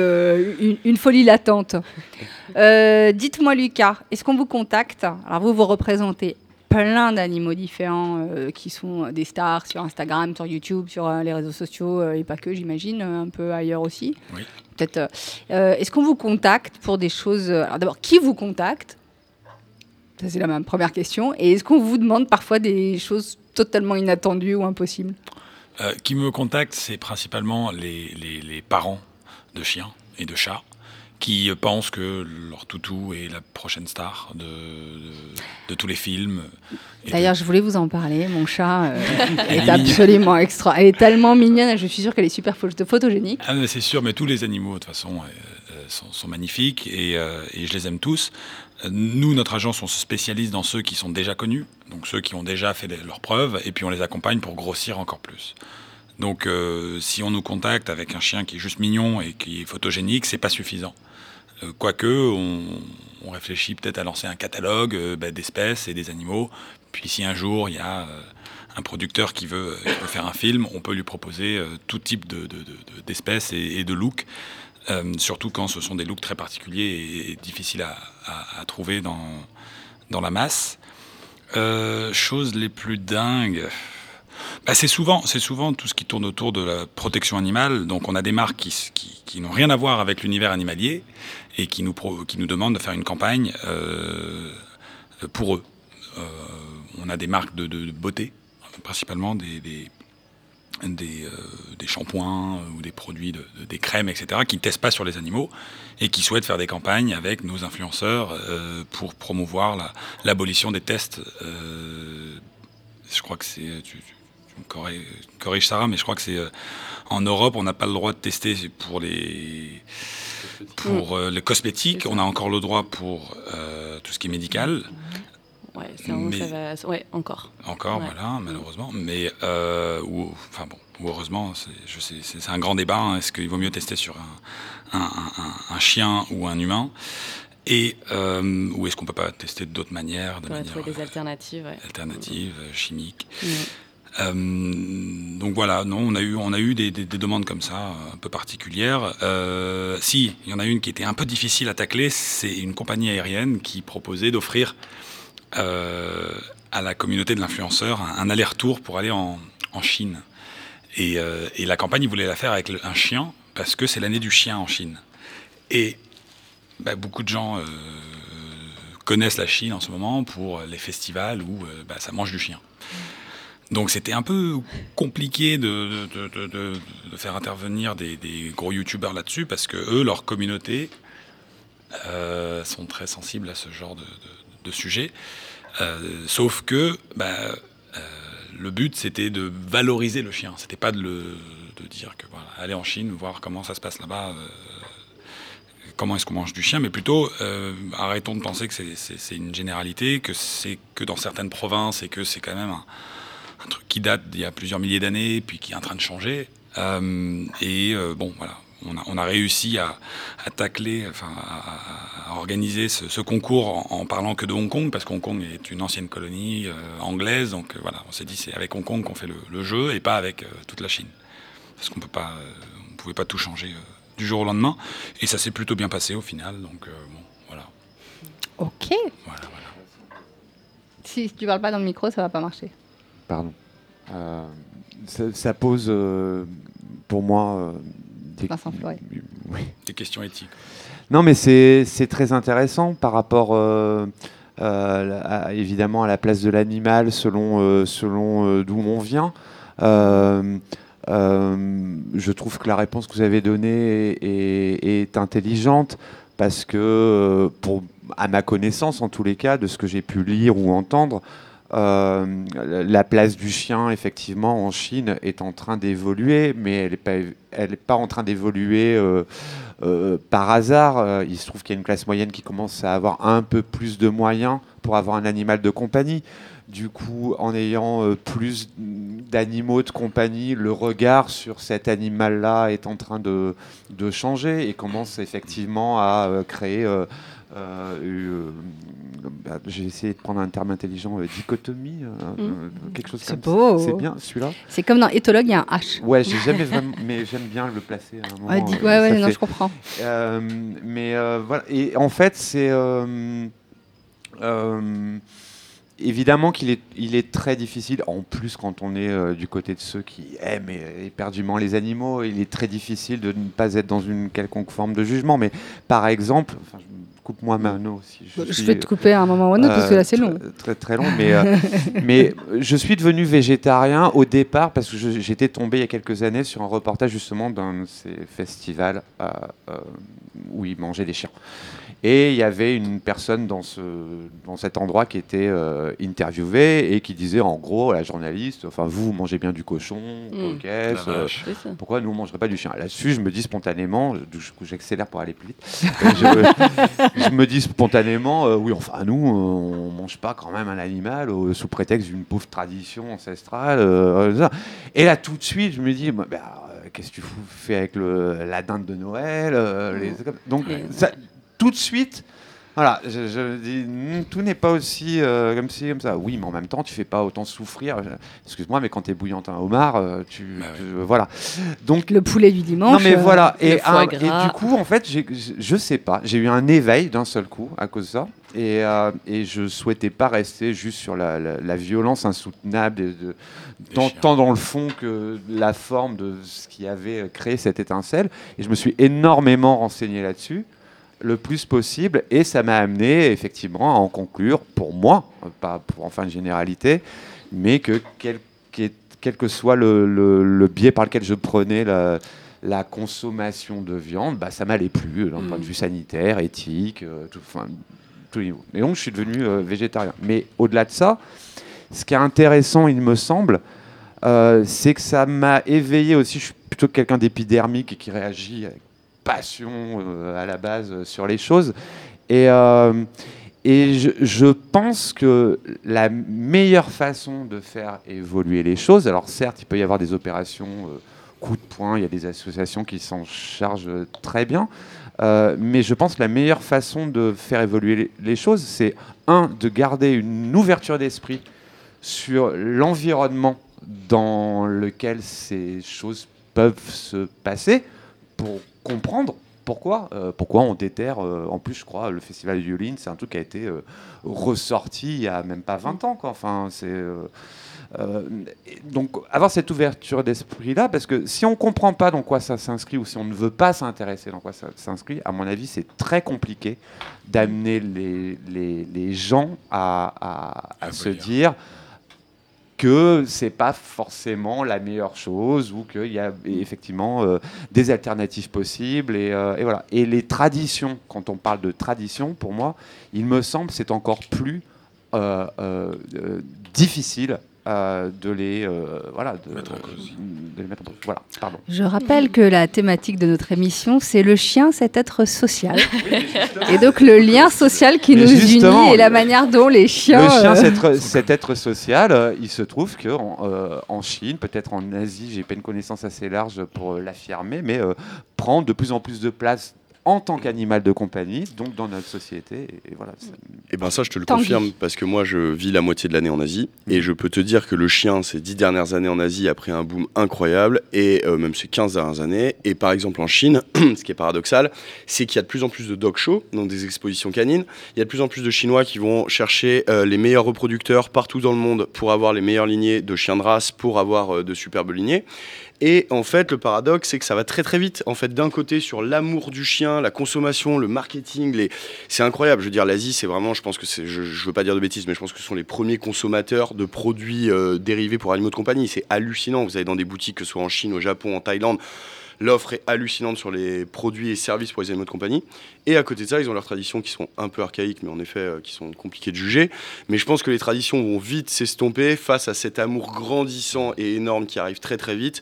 folie latente. Dites-moi Lucas, est-ce qu'on vous contacte? Alors vous représentez plein d'animaux différents qui sont des stars sur Instagram, sur YouTube, sur les réseaux sociaux et pas que, j'imagine, un peu ailleurs aussi. Oui. Peut-être. Est-ce qu'on vous contacte pour des choses... Alors d'abord, qui vous contacte? Ça, c'est ma première question. Et est-ce qu'on vous demande parfois des choses totalement inattendues ou impossibles? Qui me contacte, c'est principalement les parents de chiens et de chats qui pensent que leur toutou est la prochaine star de tous les films. D'ailleurs, je voulais vous en parler. Mon chat est absolument extra. Elle est tellement mignonne, je suis sûre qu'elle est super photogénique. Ah, c'est sûr, mais tous les animaux, de toute façon, sont magnifiques et je les aime tous. Nous, notre agence, on se spécialise dans ceux qui sont déjà connus, donc ceux qui ont déjà fait leurs preuves, et puis on les accompagne pour grossir encore plus. Donc, si on nous contacte avec un chien qui est juste mignon et qui est photogénique, c'est pas suffisant. Quoique, on réfléchit peut-être à lancer un catalogue d'espèces et des animaux. Puis si un jour, il y a un producteur qui veut faire un film, on peut lui proposer tout type d'espèces et de looks. Surtout quand ce sont des looks très particuliers et difficiles à trouver dans la masse. Choses les plus dingues... c'est souvent tout ce qui tourne autour de la protection animale. Donc on a des marques qui n'ont rien à voir avec l'univers animalier et qui nous demandent de faire une campagne pour eux. On a des marques de beauté, principalement des shampoings ou des produits, des crèmes, etc., qui ne testent pas sur les animaux et qui souhaitent faire des campagnes avec nos influenceurs pour promouvoir l'abolition des tests. Je crois que c'est... corrige Sarah, mais je crois que c'est en Europe, on n'a pas le droit de tester pour les cosmétiques. On a encore le droit pour tout ce qui est médical. Encore. Encore, voilà, malheureusement. Mais ou heureusement, c'est un grand débat. Hein. Est-ce qu'il vaut mieux tester sur un chien ou un humain? Et ou est-ce qu'on peut pas tester d'autres manières, trouver des alternatives, chimiques. Donc voilà, non, on a eu des demandes comme ça, un peu particulières. Si, il y en a une qui était un peu difficile à tacler, c'est une compagnie aérienne qui proposait d'offrir à la communauté de l'influenceur un aller-retour pour aller en Chine. Et la campagne, ils voulaient la faire avec un chien, parce que c'est l'année du chien en Chine. Et beaucoup de gens connaissent la Chine en ce moment pour les festivals où ça mange du chien. Donc c'était un peu compliqué de faire intervenir des gros youtubeurs là-dessus, parce que eux, leur communauté, sont très sensibles à ce genre de sujet. Sauf que le but, c'était de valoriser le chien. C'était pas de dire que aller en Chine, voir comment ça se passe là-bas, comment est-ce qu'on mange du chien, mais plutôt arrêtons de penser que c'est une généralité, que c'est que dans certaines provinces et que c'est quand même un truc qui date d'il y a plusieurs milliers d'années, puis qui est en train de changer. Voilà. On a réussi à tacler, à organiser ce concours en parlant que de Hong Kong, parce que Hong Kong est une ancienne colonie anglaise. Donc voilà, on s'est dit c'est avec Hong Kong qu'on fait le jeu et pas avec toute la Chine. Parce qu'on ne pouvait pas tout changer du jour au lendemain. Et ça s'est plutôt bien passé au final. Donc voilà. Ok. Voilà. Si tu parles pas dans le micro, ça va pas marcher. Pardon. Ça pose pour moi des questions éthiques. Non, mais c'est très intéressant par rapport évidemment à la place de l'animal selon d'où on vient. Je trouve que la réponse que vous avez donnée est intelligente. parce que, à ma connaissance, en tous les cas, de ce que j'ai pu lire ou entendre, la place du chien, effectivement, en Chine est en train d'évoluer, mais elle n'est pas en train d'évoluer par hasard. Il se trouve qu'il y a une classe moyenne qui commence à avoir un peu plus de moyens pour avoir un animal de compagnie. Du coup, en ayant plus d'animaux de compagnie, le regard sur cet animal-là est en train de changer et commence effectivement à créer... j'ai essayé de prendre un terme intelligent, dichotomie, quelque chose comme beau. Ça. C'est bien, celui-là. C'est comme dans éthologue, il y a un H. Ouais, j'ai jamais vraiment, mais j'aime bien le placer à un moment. Non, je comprends. Mais voilà, et en fait, c'est évidemment qu'il est très difficile, en plus quand on est du côté de ceux qui aiment éperdument les animaux, il est très difficile de ne pas être dans une quelconque forme de jugement. Mais par exemple, coupe-moi Mano si je vais te couper à un moment ou un autre parce que là c'est long. Très très long, mais je suis devenu végétarien au départ parce que j'étais tombé il y a quelques années sur un reportage justement d'un de ces festivals où ils mangeaient des chiens. Et il y avait une personne dans cet endroit qui était interviewée et qui disait en gros à la journaliste, enfin vous mangez bien du cochon, pourquoi nous on mangerait pas du chien? Là-dessus je me dis spontanément, j'accélère pour aller plus vite, je me dis spontanément, oui enfin nous on mange pas quand même un animal sous prétexte d'une pauvre tradition ancestrale. Et là tout de suite je me dis, qu'est-ce que tu fais avec la dinde de Noël donc ça, tout de suite, voilà, je dis, tout n'est pas aussi comme ci, comme ça. Oui, mais en même temps, tu fais pas autant souffrir. Excuse-moi, mais quand tu es bouillante un homard, voilà. Donc le poulet du dimanche. Non, mais voilà. Et du coup, en fait, je sais pas. J'ai eu un éveil d'un seul coup à cause de ça. Et je souhaitais pas rester juste sur la violence insoutenable, tant dans le fond que la forme de ce qui avait créé cette étincelle. Et je me suis énormément renseigné là-dessus, le plus possible, et ça m'a amené effectivement à en conclure, pour moi, pas pour en faire une généralité, mais que quel que soit le biais par lequel je prenais la consommation de viande, ça m'allait plus d'un point de vue sanitaire, éthique, tout niveau. Et donc je suis devenu végétarien. Mais au-delà de ça, ce qui est intéressant, il me semble, c'est que ça m'a éveillé aussi. Je suis plutôt quelqu'un d'épidermique et qui réagit avec passion à la base sur les choses. Et je pense que la meilleure façon de faire évoluer les choses, alors certes, il peut y avoir des opérations coup de poing, il y a des associations qui s'en chargent très bien, mais je pense que la meilleure façon de faire évoluer les choses, c'est de garder une ouverture d'esprit sur l'environnement dans lequel ces choses peuvent se passer, pour comprendre pourquoi on déterre. En plus, je crois, le festival de violines, c'est un truc qui a été ressorti il n'y a même pas 20 ans. Quoi. Enfin, donc, avoir cette ouverture d'esprit-là, parce que si on ne comprend pas dans quoi ça s'inscrit, ou si on ne veut pas s'intéresser dans quoi ça s'inscrit, à mon avis, c'est très compliqué d'amener les gens à se dire que c'est pas forcément la meilleure chose, ou qu'il y a effectivement des alternatives possibles, et voilà. Et les traditions, quand on parle de tradition, pour moi, il me semble c'est encore plus difficile de les mettre en cause. Voilà, pardon. Je rappelle que la thématique de notre émission, c'est le chien, cet être social. Et donc le lien social qui nous unit et la manière dont les chiens... Le chien, cet être social, il se trouve qu'en Chine, peut-être en Asie, j'ai pas une connaissance assez large pour l'affirmer, mais prend de plus en plus de place en tant qu'animal de compagnie, donc dans notre société. Et voilà. Et ben ça, je te le confirme, parce que moi, je vis la moitié de l'année en Asie, et je peux te dire que le chien, ces 10 dernières années en Asie, a pris un boom incroyable, et même ces 15 dernières années. Et par exemple, en Chine, ce qui est paradoxal, c'est qu'il y a de plus en plus de dog shows, donc des expositions canines. Il y a de plus en plus de Chinois qui vont chercher les meilleurs reproducteurs partout dans le monde pour avoir les meilleures lignées de chiens de race, pour avoir de superbes lignées. Et en fait, le paradoxe, c'est que ça va très très vite. En fait, d'un côté, sur l'amour du chien, la consommation, le marketing, c'est incroyable. Je veux dire, l'Asie, c'est vraiment, je pense que je veux pas dire de bêtises, mais je pense que ce sont les premiers consommateurs de produits dérivés pour animaux de compagnie. C'est hallucinant. Vous allez dans des boutiques, que ce soit en Chine, au Japon, en Thaïlande. L'offre est hallucinante sur les produits et services pour les animaux de compagnie. Et à côté de ça, ils ont leurs traditions qui sont un peu archaïques, mais en effet, qui sont compliquées de juger. Mais je pense que les traditions vont vite s'estomper face à cet amour grandissant et énorme qui arrive très très vite.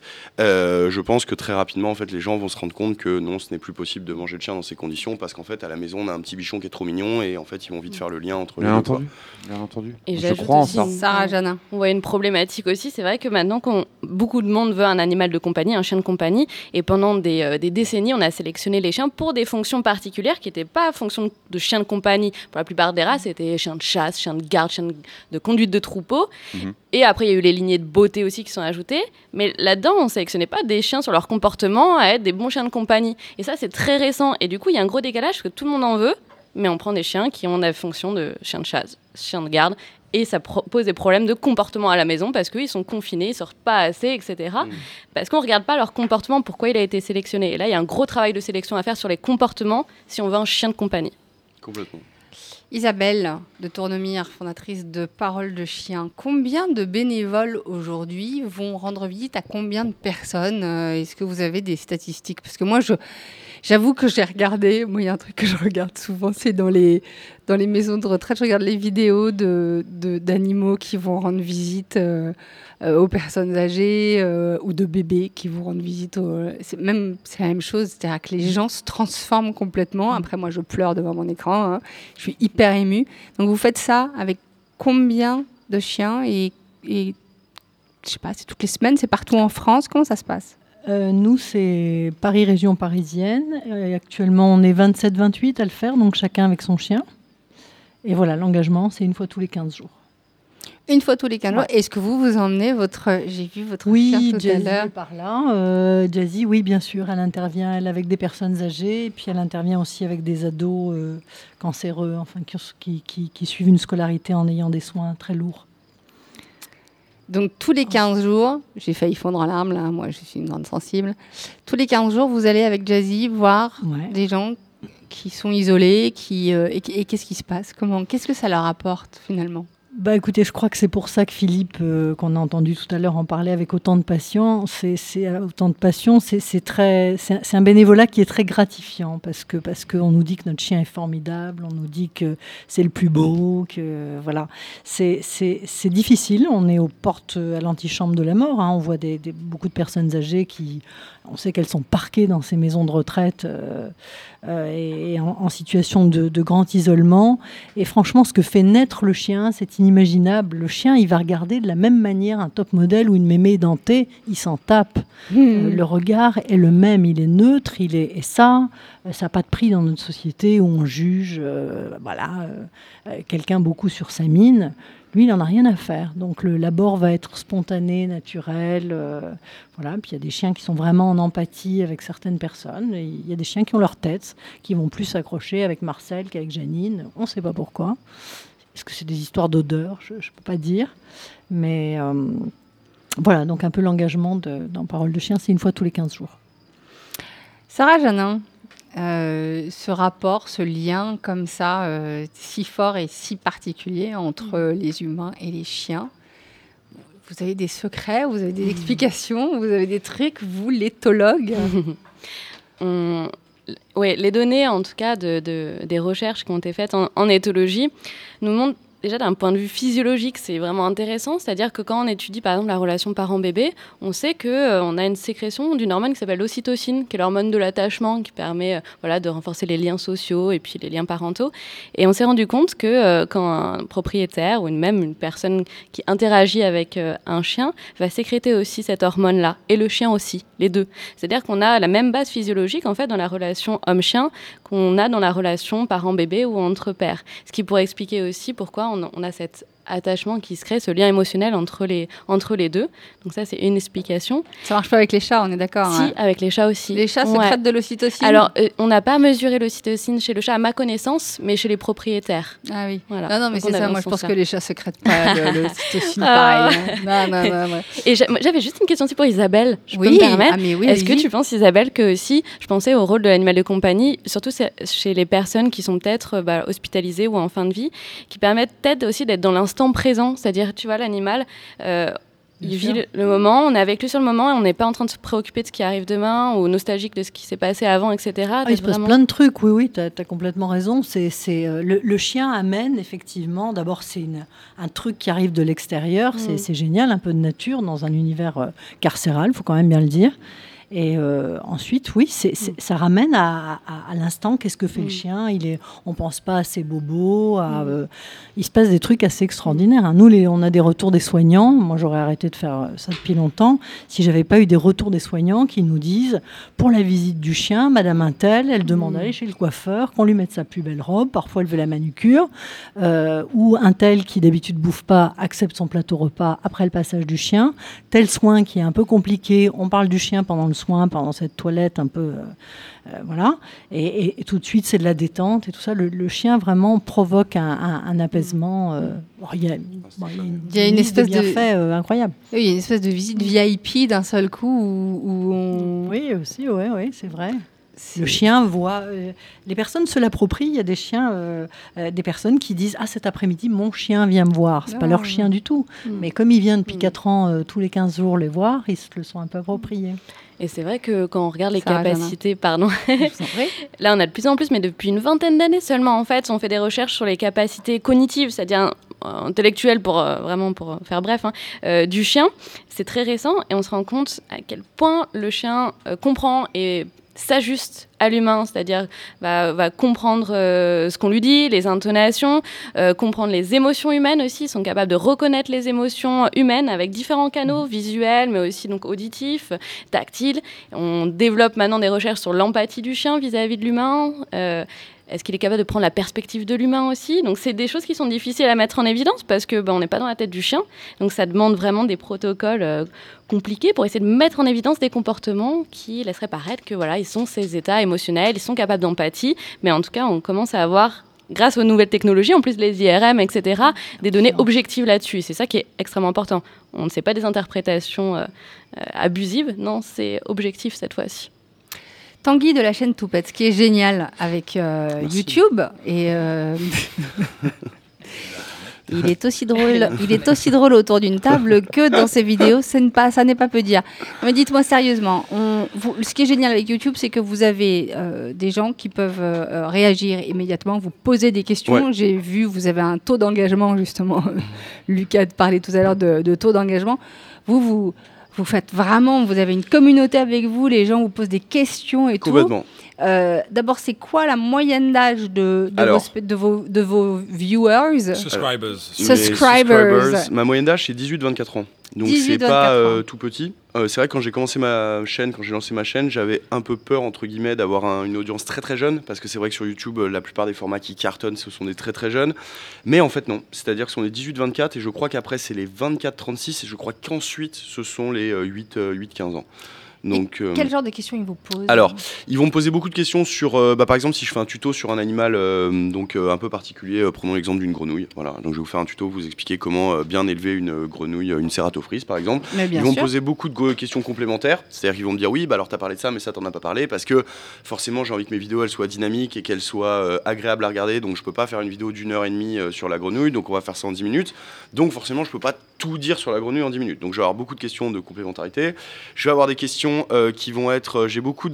Je pense que très rapidement, en fait, les gens vont se rendre compte que non, ce n'est plus possible de manger de chien dans ces conditions, parce qu'en fait, à la maison, on a un petit bichon qui est trop mignon, et en fait, ils vont vite faire le lien entre les deux. Bien entendu. Et Je crois en ça. Sarah Janin. On voit une problématique aussi, c'est vrai que maintenant, beaucoup de monde veut un animal de compagnie, un chien de compagnie, et pendant des décennies, on a sélectionné les chiens pour des fonctions particulières qui n'étaient pas fonctions de chien de compagnie. Pour la plupart des races, c'était chien de chasse, chien de garde, chien de conduite de troupeau. Et après, il y a eu les lignées de beauté aussi qui sont ajoutées. Mais là-dedans, on ne sélectionnait pas des chiens sur leur comportement à être des bons chiens de compagnie. Et ça, c'est très récent. Et du coup, il y a un gros décalage parce que tout le monde en veut, mais on prend des chiens qui ont la fonction de chien de chasse, chien de garde. Et ça pose des problèmes de comportement à la maison parce qu'ils sont confinés, ils ne sortent pas assez, etc. Parce qu'on ne regarde pas leur comportement, pourquoi il a été sélectionné. Et là, il y a un gros travail de sélection à faire sur les comportements si on veut un chien de compagnie. Complètement. Isabelle de Tournemire, fondatrice de Parole de Chien. Combien de bénévoles aujourd'hui vont rendre visite à combien de personnes Est-ce que vous avez des statistiques? Parce que moi, j'avoue que j'ai regardé, moi il y a un truc que je regarde souvent, c'est dans les maisons de retraite, je regarde les vidéos d'animaux qui vont rendre visite aux personnes âgées ou de bébés qui vont rendre visite c'est la même chose, c'est-à-dire que les gens se transforment complètement. Après moi je pleure devant mon écran, hein. Je suis hyper émue. Donc vous faites ça avec combien de chiens et je sais pas, c'est toutes les semaines, c'est partout en France, comment ça se passe? Nous, c'est Paris, région parisienne. Et actuellement, on est 27-28 à le faire, donc chacun avec son chien. Et voilà, l'engagement, c'est une fois tous les 15 jours. Une fois tous les 15 jours. Est-ce que vous emmenez j'ai vu votre chien tout à l'heure. Oui, par là. Jazzy, oui, bien sûr. Elle intervient, avec des personnes âgées. Et puis, elle intervient aussi avec des ados cancéreux, enfin, qui suivent une scolarité en ayant des soins très lourds. Donc, tous les 15 jours, j'ai failli fondre en larmes, là, moi, je suis une grande sensible. Tous les 15 jours, vous allez avec Jazzy voir des gens qui sont isolés, et qu'est-ce qui se passe? Qu'est-ce que ça leur apporte, finalement? Bah écoutez, je crois que c'est pour ça que Philippe, qu'on a entendu tout à l'heure en parler avec autant de passion, c'est un bénévolat qui est très gratifiant parce que on nous dit que notre chien est formidable, on nous dit que c'est le plus beau, que voilà, c'est difficile. On est aux portes à l'antichambre de la mort, hein. On voit beaucoup de personnes âgées on sait qu'elles sont parquées dans ces maisons de retraite et en situation de grand isolement. Et franchement, ce que fait naître le chien, c'est inimaginable. Le chien, il va regarder de la même manière un top modèle ou une mémé dentée, il s'en tape. Le regard est le même, il est neutre, et ça n'a pas de prix dans notre société où on juge quelqu'un beaucoup sur sa mine. Lui, il n'en a rien à faire. Donc, l'abord va être spontané, naturel. Voilà. Puis, il y a des chiens qui sont vraiment en empathie avec certaines personnes. Il y a des chiens qui ont leur tête, qui vont plus s'accrocher avec Marcel qu'avec Janine. On ne sait pas pourquoi. Est-ce que c'est des histoires d'odeur? Je ne peux pas dire. Mais voilà, donc un peu l'engagement dans Parole de Chien, c'est une fois tous les 15 jours. Sarah Janin, ce rapport, ce lien comme ça, si fort et si particulier entre les humains et les chiens, vous avez des secrets, vous avez des explications, vous avez des trucs, vous, l'éthologue? Oui, les données, en tout cas, des recherches qui ont été faites en éthologie, nous montrent déjà d'un point de vue physiologique, c'est vraiment intéressant. C'est-à-dire que quand on étudie, par exemple, la relation parent-bébé, on sait qu'on a une sécrétion d'une hormone qui s'appelle l'ocytocine, qui est l'hormone de l'attachement, qui permet de renforcer les liens sociaux et puis les liens parentaux. Et on s'est rendu compte que quand un propriétaire ou même une personne qui interagit avec un chien va sécréter aussi cette hormone-là, et le chien aussi, les deux. C'est-à-dire qu'on a la même base physiologique, en fait, dans la relation homme-chien qu'on a dans la relation parent-bébé ou entre pères. Ce qui pourrait expliquer aussi pourquoi on a cet attachement qui se crée, ce lien émotionnel entre les deux. Donc ça, c'est une explication. Ça marche pas avec les chats, on est d'accord? Si, avec les chats aussi. Les chats sécrètent de l'ocytocine? Alors, on n'a pas mesuré l'ocytocine chez le chat, à ma connaissance, mais chez les propriétaires. Ah oui. Voilà. Non, mais c'est ça. Moi, je pense que les chats sécrètent pas de l'ocytocine, pareil. Non. Ouais. Et j'avais juste une question aussi pour Isabelle, je peux me permettre. Est-ce que tu penses, Isabelle, que si je pensais au rôle de l'animal de compagnie, surtout chez les personnes qui sont peut-être hospitalisées ou en fin de vie, qui permettent peut-être aussi d'être dans l'instant présent, c'est-à-dire, tu vois, l'animal, Il vit le moment, on est avec lui sur le moment et on n'est pas en train de se préoccuper de ce qui arrive demain ou nostalgique de ce qui s'est passé avant, etc. Il se passe plein de trucs, oui, tu as complètement raison. Le chien amène effectivement, d'abord c'est un truc qui arrive de l'extérieur, c'est génial, un peu de nature dans un univers carcéral, il faut quand même bien le dire. Et ensuite, oui, ça ramène à l'instant. Qu'est-ce que fait le chien ? On pense pas à ses bobos. Il se passe des trucs assez extraordinaires. Hein. Nous, on a des retours des soignants. Moi, j'aurais arrêté de faire ça depuis longtemps si j'avais pas eu des retours des soignants qui nous disent, pour la visite du chien, Madame Untel, elle demande d'aller chez le coiffeur, qu'on lui mette sa plus belle robe. Parfois, elle veut la manucure. Ou Untel, qui d'habitude bouffe pas, accepte son plateau repas après le passage du chien. Tel soin qui est un peu compliqué. On parle du chien pendant le soin, pendant cette toilette un peu... voilà. Et tout de suite, c'est de la détente et tout ça. Le chien, vraiment, provoque un apaisement. Il y a une espèce de bienfait incroyable. Oui, il y a une espèce de visite VIP d'un seul coup où on... Oui, aussi, oui, c'est vrai. Le chien voit... les personnes se l'approprient. Il y a des chiens, des personnes qui disent « Ah, cet après-midi, mon chien vient me voir. » C'est pas leur chien du tout. Mais comme il vient depuis 4 ans, tous les 15 jours les voir, ils se le sont un peu appropriés. Et c'est vrai que quand on regarde les capacités, là on a de plus en plus, mais depuis une vingtaine d'années seulement en fait, on fait des recherches sur les capacités cognitives, c'est-à-dire intellectuelles pour faire bref, du chien. C'est très récent et on se rend compte à quel point le chien comprend et s'ajuste à l'humain, c'est-à-dire va comprendre ce qu'on lui dit, les intonations, comprendre les émotions humaines aussi. Ils sont capables de reconnaître les émotions humaines avec différents canaux, visuels, mais aussi donc auditifs, tactiles. On développe maintenant des recherches sur l'empathie du chien vis-à-vis de l'humain. Est-ce qu'il est capable de prendre la perspective de l'humain aussi ? Donc, c'est des choses qui sont difficiles à mettre en évidence parce que on n'est pas dans la tête du chien. Donc, ça demande vraiment des protocoles compliqués pour essayer de mettre en évidence des comportements qui laisseraient paraître que voilà, ils sont ces états émotionnels, ils sont capables d'empathie. Mais en tout cas, on commence à avoir, grâce aux nouvelles technologies, en plus les IRM, etc., des données objectives là-dessus. C'est ça qui est extrêmement important. On ne sait pas des interprétations abusives. Non, c'est objectif cette fois-ci. Tanguy de la chaîne Toupette, ce qui est génial avec YouTube et il est aussi drôle autour d'une table que dans ses vidéos, ça n'est pas peu dire. Mais dites-moi sérieusement, ce qui est génial avec YouTube, c'est que vous avez des gens qui peuvent réagir immédiatement, vous poser des questions. Ouais. J'ai vu, vous avez un taux d'engagement justement. Lucas parlait tout à l'heure de taux d'engagement. Vous faites vraiment, vous avez une communauté avec vous, les gens vous posent des questions et Complètement. tout. D'abord, c'est quoi la moyenne d'âge de vos viewers ? Subscribers. Ma moyenne d'âge, c'est 18-24 ans. Donc, c'est pas tout petit. C'est vrai que quand j'ai lancé ma chaîne, j'avais un peu peur, entre guillemets, d'avoir une audience très très jeune, parce que c'est vrai que sur YouTube, la plupart des formats qui cartonnent, ce sont des très très jeunes. Mais en fait, non. C'est-à-dire que ce sont les 18-24, et je crois qu'après, c'est les 24-36, et je crois qu'ensuite, ce sont les 8-15 ans. Donc, quel genre de questions ils vous posent ? Alors, ils vont me poser beaucoup de questions sur, par exemple, si je fais un tuto sur un animal un peu particulier, prenons l'exemple d'une grenouille. Voilà, donc je vais vous faire un tuto, vous expliquer comment bien élever une grenouille, une cératophrys par exemple. Ils vont me poser beaucoup de questions complémentaires, c'est-à-dire qu'ils vont me dire oui, alors t'as parlé de ça, mais ça t'en as pas parlé, parce que forcément j'ai envie que mes vidéos elles soient dynamiques et qu'elles soient agréables à regarder, donc je peux pas faire une vidéo d'1h30 sur la grenouille, donc on va faire ça en 10 minutes. Donc forcément je peux pas tout dire sur la grenouille en 10 minutes. Donc je vais avoir beaucoup de questions de complémentarité. Je vais avoir des questions qui vont être... j'ai beaucoup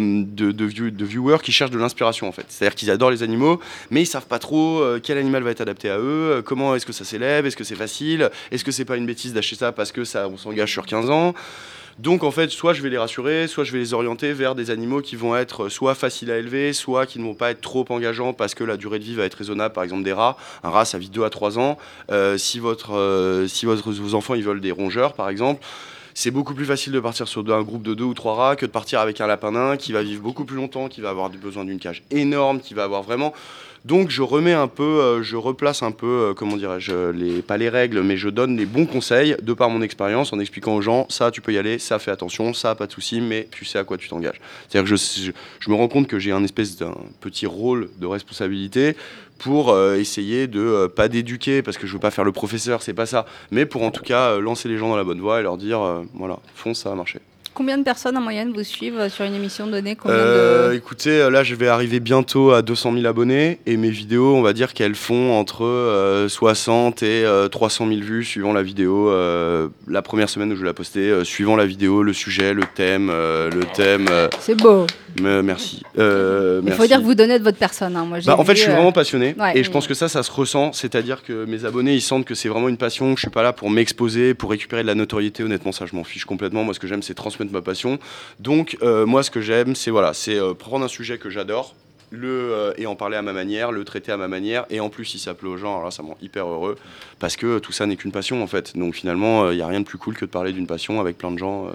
de viewers qui cherchent de l'inspiration en fait. C'est-à-dire qu'ils adorent les animaux, mais ils savent pas trop quel animal va être adapté à eux, comment est-ce que ça s'élève, est-ce que c'est facile, est-ce que c'est pas une bêtise d'acheter ça parce que on s'engage sur 15 ans. Donc en fait, soit je vais les rassurer, soit je vais les orienter vers des animaux qui vont être soit faciles à élever, soit qui ne vont pas être trop engageants parce que la durée de vie va être raisonnable. Par exemple des rats, un rat ça vit 2 à 3 ans. Si vos enfants ils veulent des rongeurs par exemple, c'est beaucoup plus facile de partir sur un groupe de 2 ou 3 rats que de partir avec un lapin nain qui va vivre beaucoup plus longtemps, qui va avoir besoin d'une cage énorme, qui va avoir vraiment... Donc je remets un peu, je replace un peu, comment dirais-je, pas les règles, mais je donne les bons conseils de par mon expérience en expliquant aux gens, ça tu peux y aller, ça fais attention, ça pas de souci, mais tu sais à quoi tu t'engages. C'est-à-dire que je me rends compte que j'ai un espèce d'un petit rôle de responsabilité pour essayer de pas d'éduquer, parce que je veux pas faire le professeur, c'est pas ça, mais pour en tout cas lancer les gens dans la bonne voie et leur dire, voilà, fonce, ça va marcher. Combien de personnes en moyenne vous suivent sur une émission donnée? Écoutez, là je vais arriver bientôt à 200 000 abonnés et mes vidéos, on va dire qu'elles font entre 60 et 300 000 vues suivant la vidéo. La première semaine où je l'ai postée, suivant la vidéo, le sujet, le thème. C'est beau. Merci. Il faut dire que vous donnez de votre personne. Hein. Moi, en fait, je suis vraiment passionné et je pense que que ça se ressent. C'est-à-dire que mes abonnés, ils sentent que c'est vraiment une passion. Je suis pas là pour m'exposer, pour récupérer de la notoriété. Honnêtement, ça, je m'en fiche complètement. Moi, ce que j'aime, c'est transmettre ma passion. Donc, moi, ce que j'aime, c'est prendre un sujet que j'adore, et en parler à ma manière, le traiter à ma manière, et en plus, si ça plaît aux gens, alors là, ça me rend hyper heureux, parce que tout ça n'est qu'une passion, en fait. Donc, finalement, il n'y a rien de plus cool que de parler d'une passion avec plein de gens.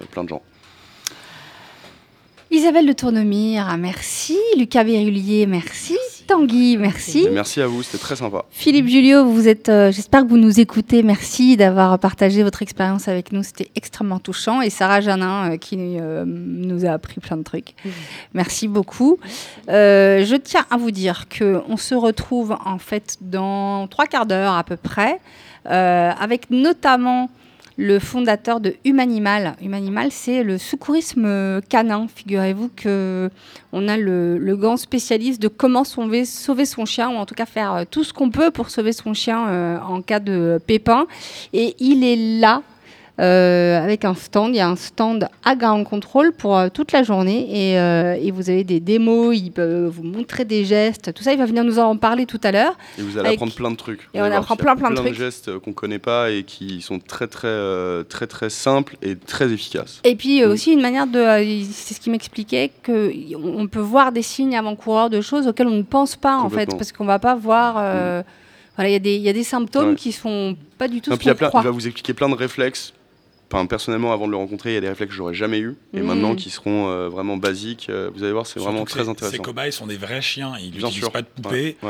Isabelle de Tournemire, merci. Lucas Berrulier, merci. Tanguy, merci. Merci à vous, c'était très sympa. Philippe Julio, j'espère que vous nous écoutez. Merci d'avoir partagé votre expérience avec nous, c'était extrêmement touchant. Et Sarah Janin qui nous a appris plein de trucs. Merci beaucoup. Je tiens à vous dire qu'on se retrouve en fait dans 3/4 d'heure à peu près, avec notamment le fondateur de Humanimal. Humanimal, c'est le secourisme canin. Figurez-vous qu'on a le grand spécialiste de comment sauver son chien, ou en tout cas faire tout ce qu'on peut pour sauver son chien en cas de pépin. Et il est là avec un stand. Il y a un stand à Ground Control pour toute la journée et vous avez des démos, il peut vous montrer des gestes, tout ça. Il va venir nous en parler tout à l'heure. Et vous allez apprendre plein de trucs. Et on apprend plein de trucs. Plein de gestes qu'on ne connaît pas et qui sont très très simples et très efficaces. Et puis aussi une manière c'est ce qu'il m'expliquait, qu'on peut voir des signes avant-coureurs de choses auxquelles on ne pense pas en fait, parce qu'on ne va pas voir... Voilà, il y a des symptômes qui sont pas du tout ce qu'on croit. Il va vous expliquer plein de réflexes. Enfin, personnellement, avant de le rencontrer, il y a des réflexes que j'aurais jamais eu, et maintenant qui seront vraiment basiques. Vous allez voir, c'est vraiment très intéressant. Ces cobayes sont des vrais chiens, ils n'utilisent pas de poupées,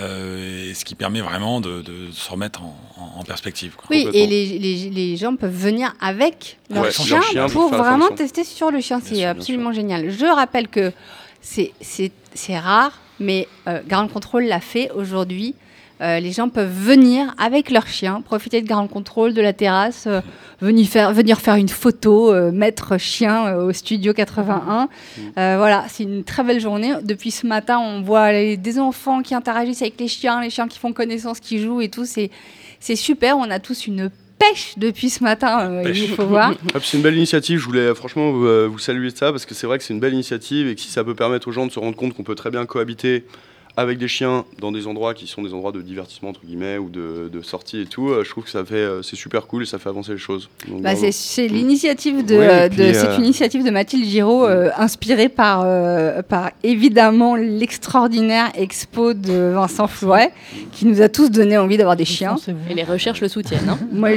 ce qui permet vraiment de se remettre en perspective. Quoi. Oui, et les gens peuvent venir avec leur chien pour vraiment tester sur le chien. C'est absolument génial. Je rappelle que c'est rare, mais Ground Control l'a fait aujourd'hui. Les gens peuvent venir avec leur chien, profiter de Ground Control, de la terrasse, venir faire une photo, mettre chien au studio 81. Voilà, c'est une très belle journée. Depuis ce matin, on voit des enfants qui interagissent avec les chiens qui font connaissance, qui jouent et tout. C'est super, on a tous une pêche depuis ce matin, il faut voir. C'est une belle initiative, je voulais franchement vous saluer de ça, parce que c'est vrai que c'est une belle initiative et que si ça peut permettre aux gens de se rendre compte qu'on peut très bien cohabiter avec des chiens dans des endroits qui sont des endroits de divertissement entre guillemets ou de sortie et tout, je trouve que c'est super cool et ça fait avancer les choses. Donc, c'est l'initiative c'est une initiative de Mathilde Giraud, inspirée par évidemment l'extraordinaire expo de Vincent Flouet, qui nous a tous donné envie d'avoir des chiens. Et les recherches le soutiennent. Hein, moi,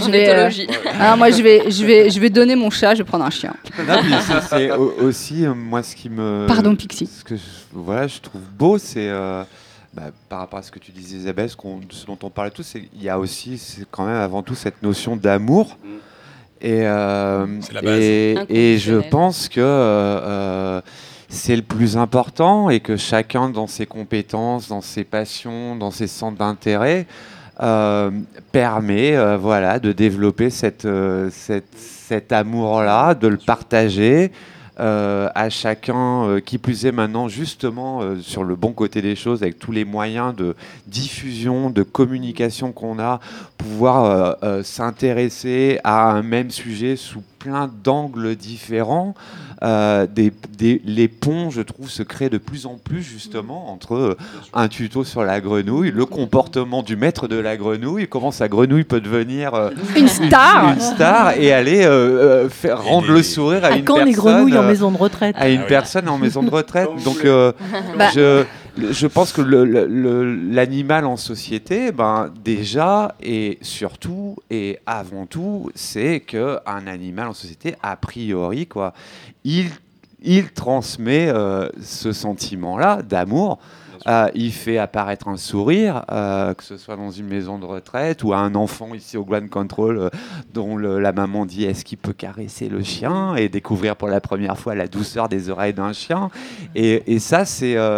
je vais donner mon chat, je vais prendre un chien. Non, c'est aussi moi ce qui me. Pardon, Pixie. Ce que je trouve beau, c'est par rapport à ce que tu disais, Isabelle, ce dont on parlait tous, il y a aussi, c'est quand même avant tout cette notion d'amour. Et, c'est la base. Et je pense que c'est le plus important et que chacun, dans ses compétences, dans ses passions, dans ses centres d'intérêt, permet de développer cet amour-là, de le partager. À chacun, qui plus est maintenant justement sur le bon côté des choses, avec tous les moyens de diffusion, de communication qu'on a, pouvoir s'intéresser à un même sujet sous plein d'angles différents. Les ponts, je trouve, se créent de plus en plus justement entre un tuto sur la grenouille, le comportement du maître de la grenouille, comment sa grenouille peut devenir une star et aller rendre le sourire à une personne. Les grenouilles en maison de retraite. À une personne en maison de retraite. Donc, je pense que l'animal en société, déjà et surtout et avant tout, c'est qu'un animal en société, a priori, il transmet ce sentiment-là d'amour. Il fait apparaître un sourire, que ce soit dans une maison de retraite ou à un enfant ici au Ground Control dont la maman dit est-ce qu'il peut caresser le chien et découvrir pour la première fois la douceur des oreilles d'un chien. Et ça,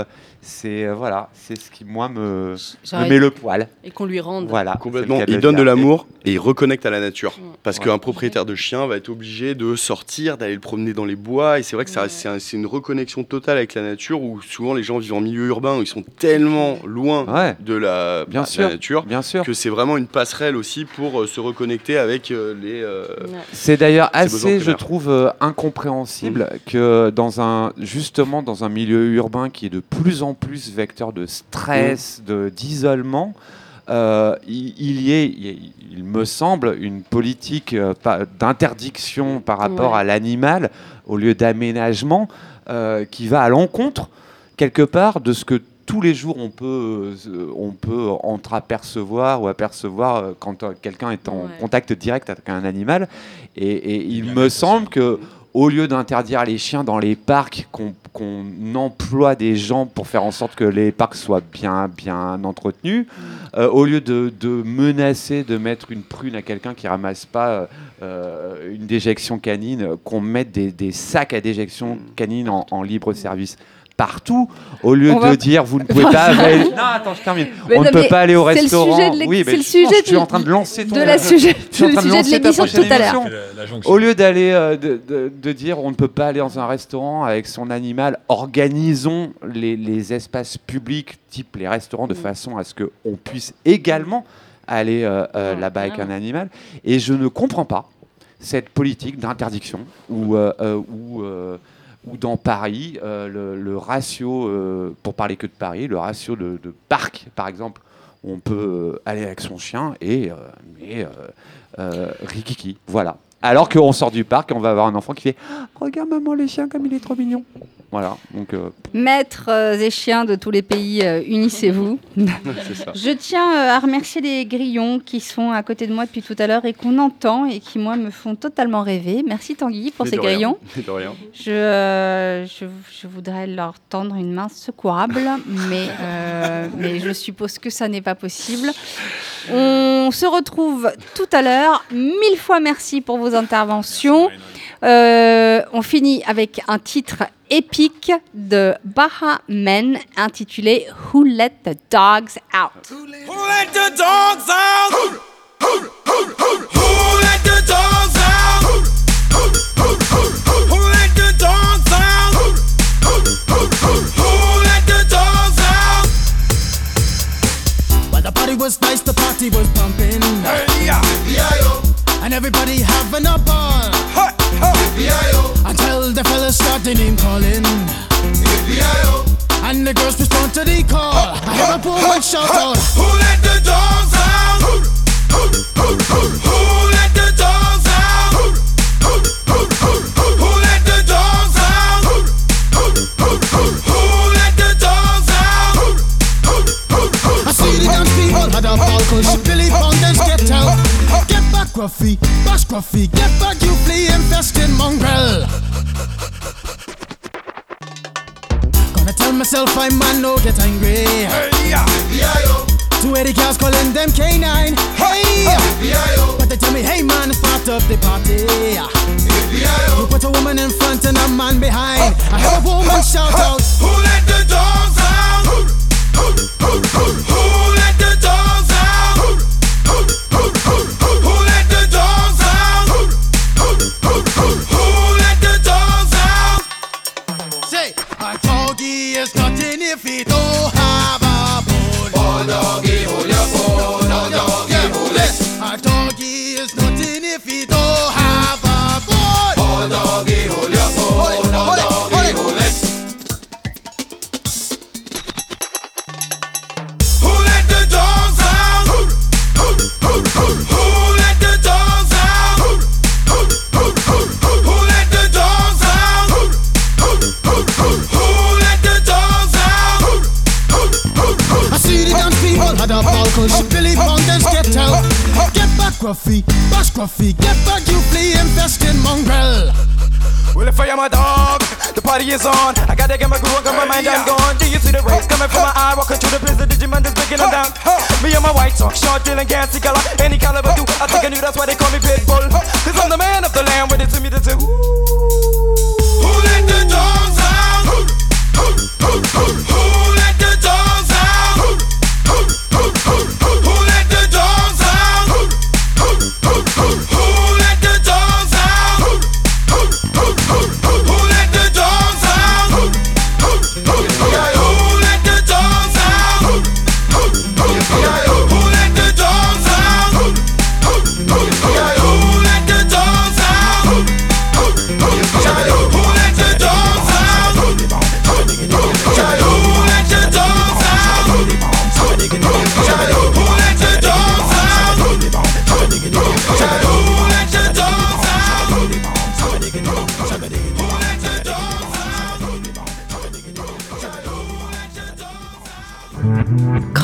voilà, c'est ce qui moi me met le poil. Et qu'on lui rende. Voilà, complètement. Il donne de l'amour et il reconnecte à la nature. Parce qu'un propriétaire de chien va être obligé de sortir, d'aller le promener dans les bois. Et c'est vrai que c'est une reconnexion totale avec la nature où souvent les gens vivent en milieu urbain où ils sont tellement loin de la nature que c'est vraiment une passerelle aussi pour se reconnecter avec les. C'est d'ailleurs assez, je trouve, incompréhensible que justement dans un milieu urbain qui est de plus en plus vecteur de stress, d'isolement, il me semble, une politique d'interdiction par rapport à l'animal au lieu d'aménagement qui va à l'encontre, quelque part, de ce que tous les jours on peut entreapercevoir ou apercevoir quand quelqu'un est en contact direct avec un animal. Et il me semble que au lieu d'interdire les chiens dans les parcs, qu'on emploie des gens pour faire en sorte que les parcs soient bien entretenus, au lieu de menacer de mettre une prune à quelqu'un qui ramasse pas une déjection canine, qu'on mette des sacs à déjection canine en libre service partout, au lieu de dire vous ne pouvez pas aller... Non, attends, je termine. On ne peut pas aller au restaurant. C'est le sujet je suis en train de lancer de l'émission de tout à l'heure. Au lieu d'aller de dire on ne peut pas aller dans un restaurant avec son animal, organisons les espaces publics type les restaurants de façon à ce qu'on puisse également aller là-bas avec un animal. Et je ne comprends pas cette politique d'interdiction où dans Paris, le ratio, pour parler que de Paris, le ratio de parcs, par exemple, où on peut aller avec son chien et rikiki, voilà. Alors qu'on sort du parc et on va avoir un enfant qui fait « Regarde maman, le chien, comme il est trop mignon !» Voilà. Donc, Maîtres et chiens de tous les pays, unissez-vous. C'est ça. Je tiens à remercier les grillons qui sont à côté de moi depuis tout à l'heure et qu'on entend et qui, moi, me font totalement rêver. Merci Tanguy pour ces grillons. De rien. Je voudrais leur tendre une main secourable, mais je suppose que ça n'est pas possible. On se retrouve tout à l'heure. 1000 fois merci pour vos interventions. On finit avec un titre épique de Baha Men intitulé Who Let the Dogs Out? Who let the dogs out? Who let the dogs out? Who let the dogs out? Who let the dogs out? Well, the party was nice, the party was pumping. Hey, yeah. And everybody having a ball. Until the fellas started name calling. And the girls respond to the call. I hear a woman shout out, who let the dogs out? Who let the dogs out? Who let the dogs out? Who let the dogs out? I see the dance people had a ball, cause Billy Fountains get out. Get back, Gruffy, bash Gruffy, get back, you flea infested mongrel. Gonna tell myself I'm man, no get angry. Hey, yeah. 280 cows calling them K9. Hey, but they tell me, hey man, it's part of the party. You put a woman in front and a man behind. I heard a woman shout out, who let the dogs out? Who let the dogs out? Who let the dogs out? Who let the dogs out? Say, a doggy is nothing if he don't have a bone. Oh doggy, hold your bone. Oh doggy, hold it. A doggy is nothing if he don't have a bone. Oh doggy, hold your bone. Oh doggy, hold it. Who let the dogs out? Who let the dogs out? Who let the dogs out? Who let the dogs out? I see the dance people had a ball, cause Billy Fountains get out. Get back, Gruffy, bash Gruffy, get back, you flea infested mongrel. Well, if I am a dog, the party is on. I gotta get my groove on, got my mind, I'm gone. Do you see the rays coming from my eye? Walking through the prison, Digimon is breaking them down. Me and my white talk, short, dealing, gassy color. Any caliber do, I think I knew that's why they call me Pitbull. Cause I'm the man of the land, with it to me to say, who let the dogs out? Who let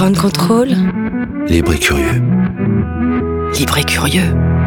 Ground Control. Libre et curieux. Libre et curieux.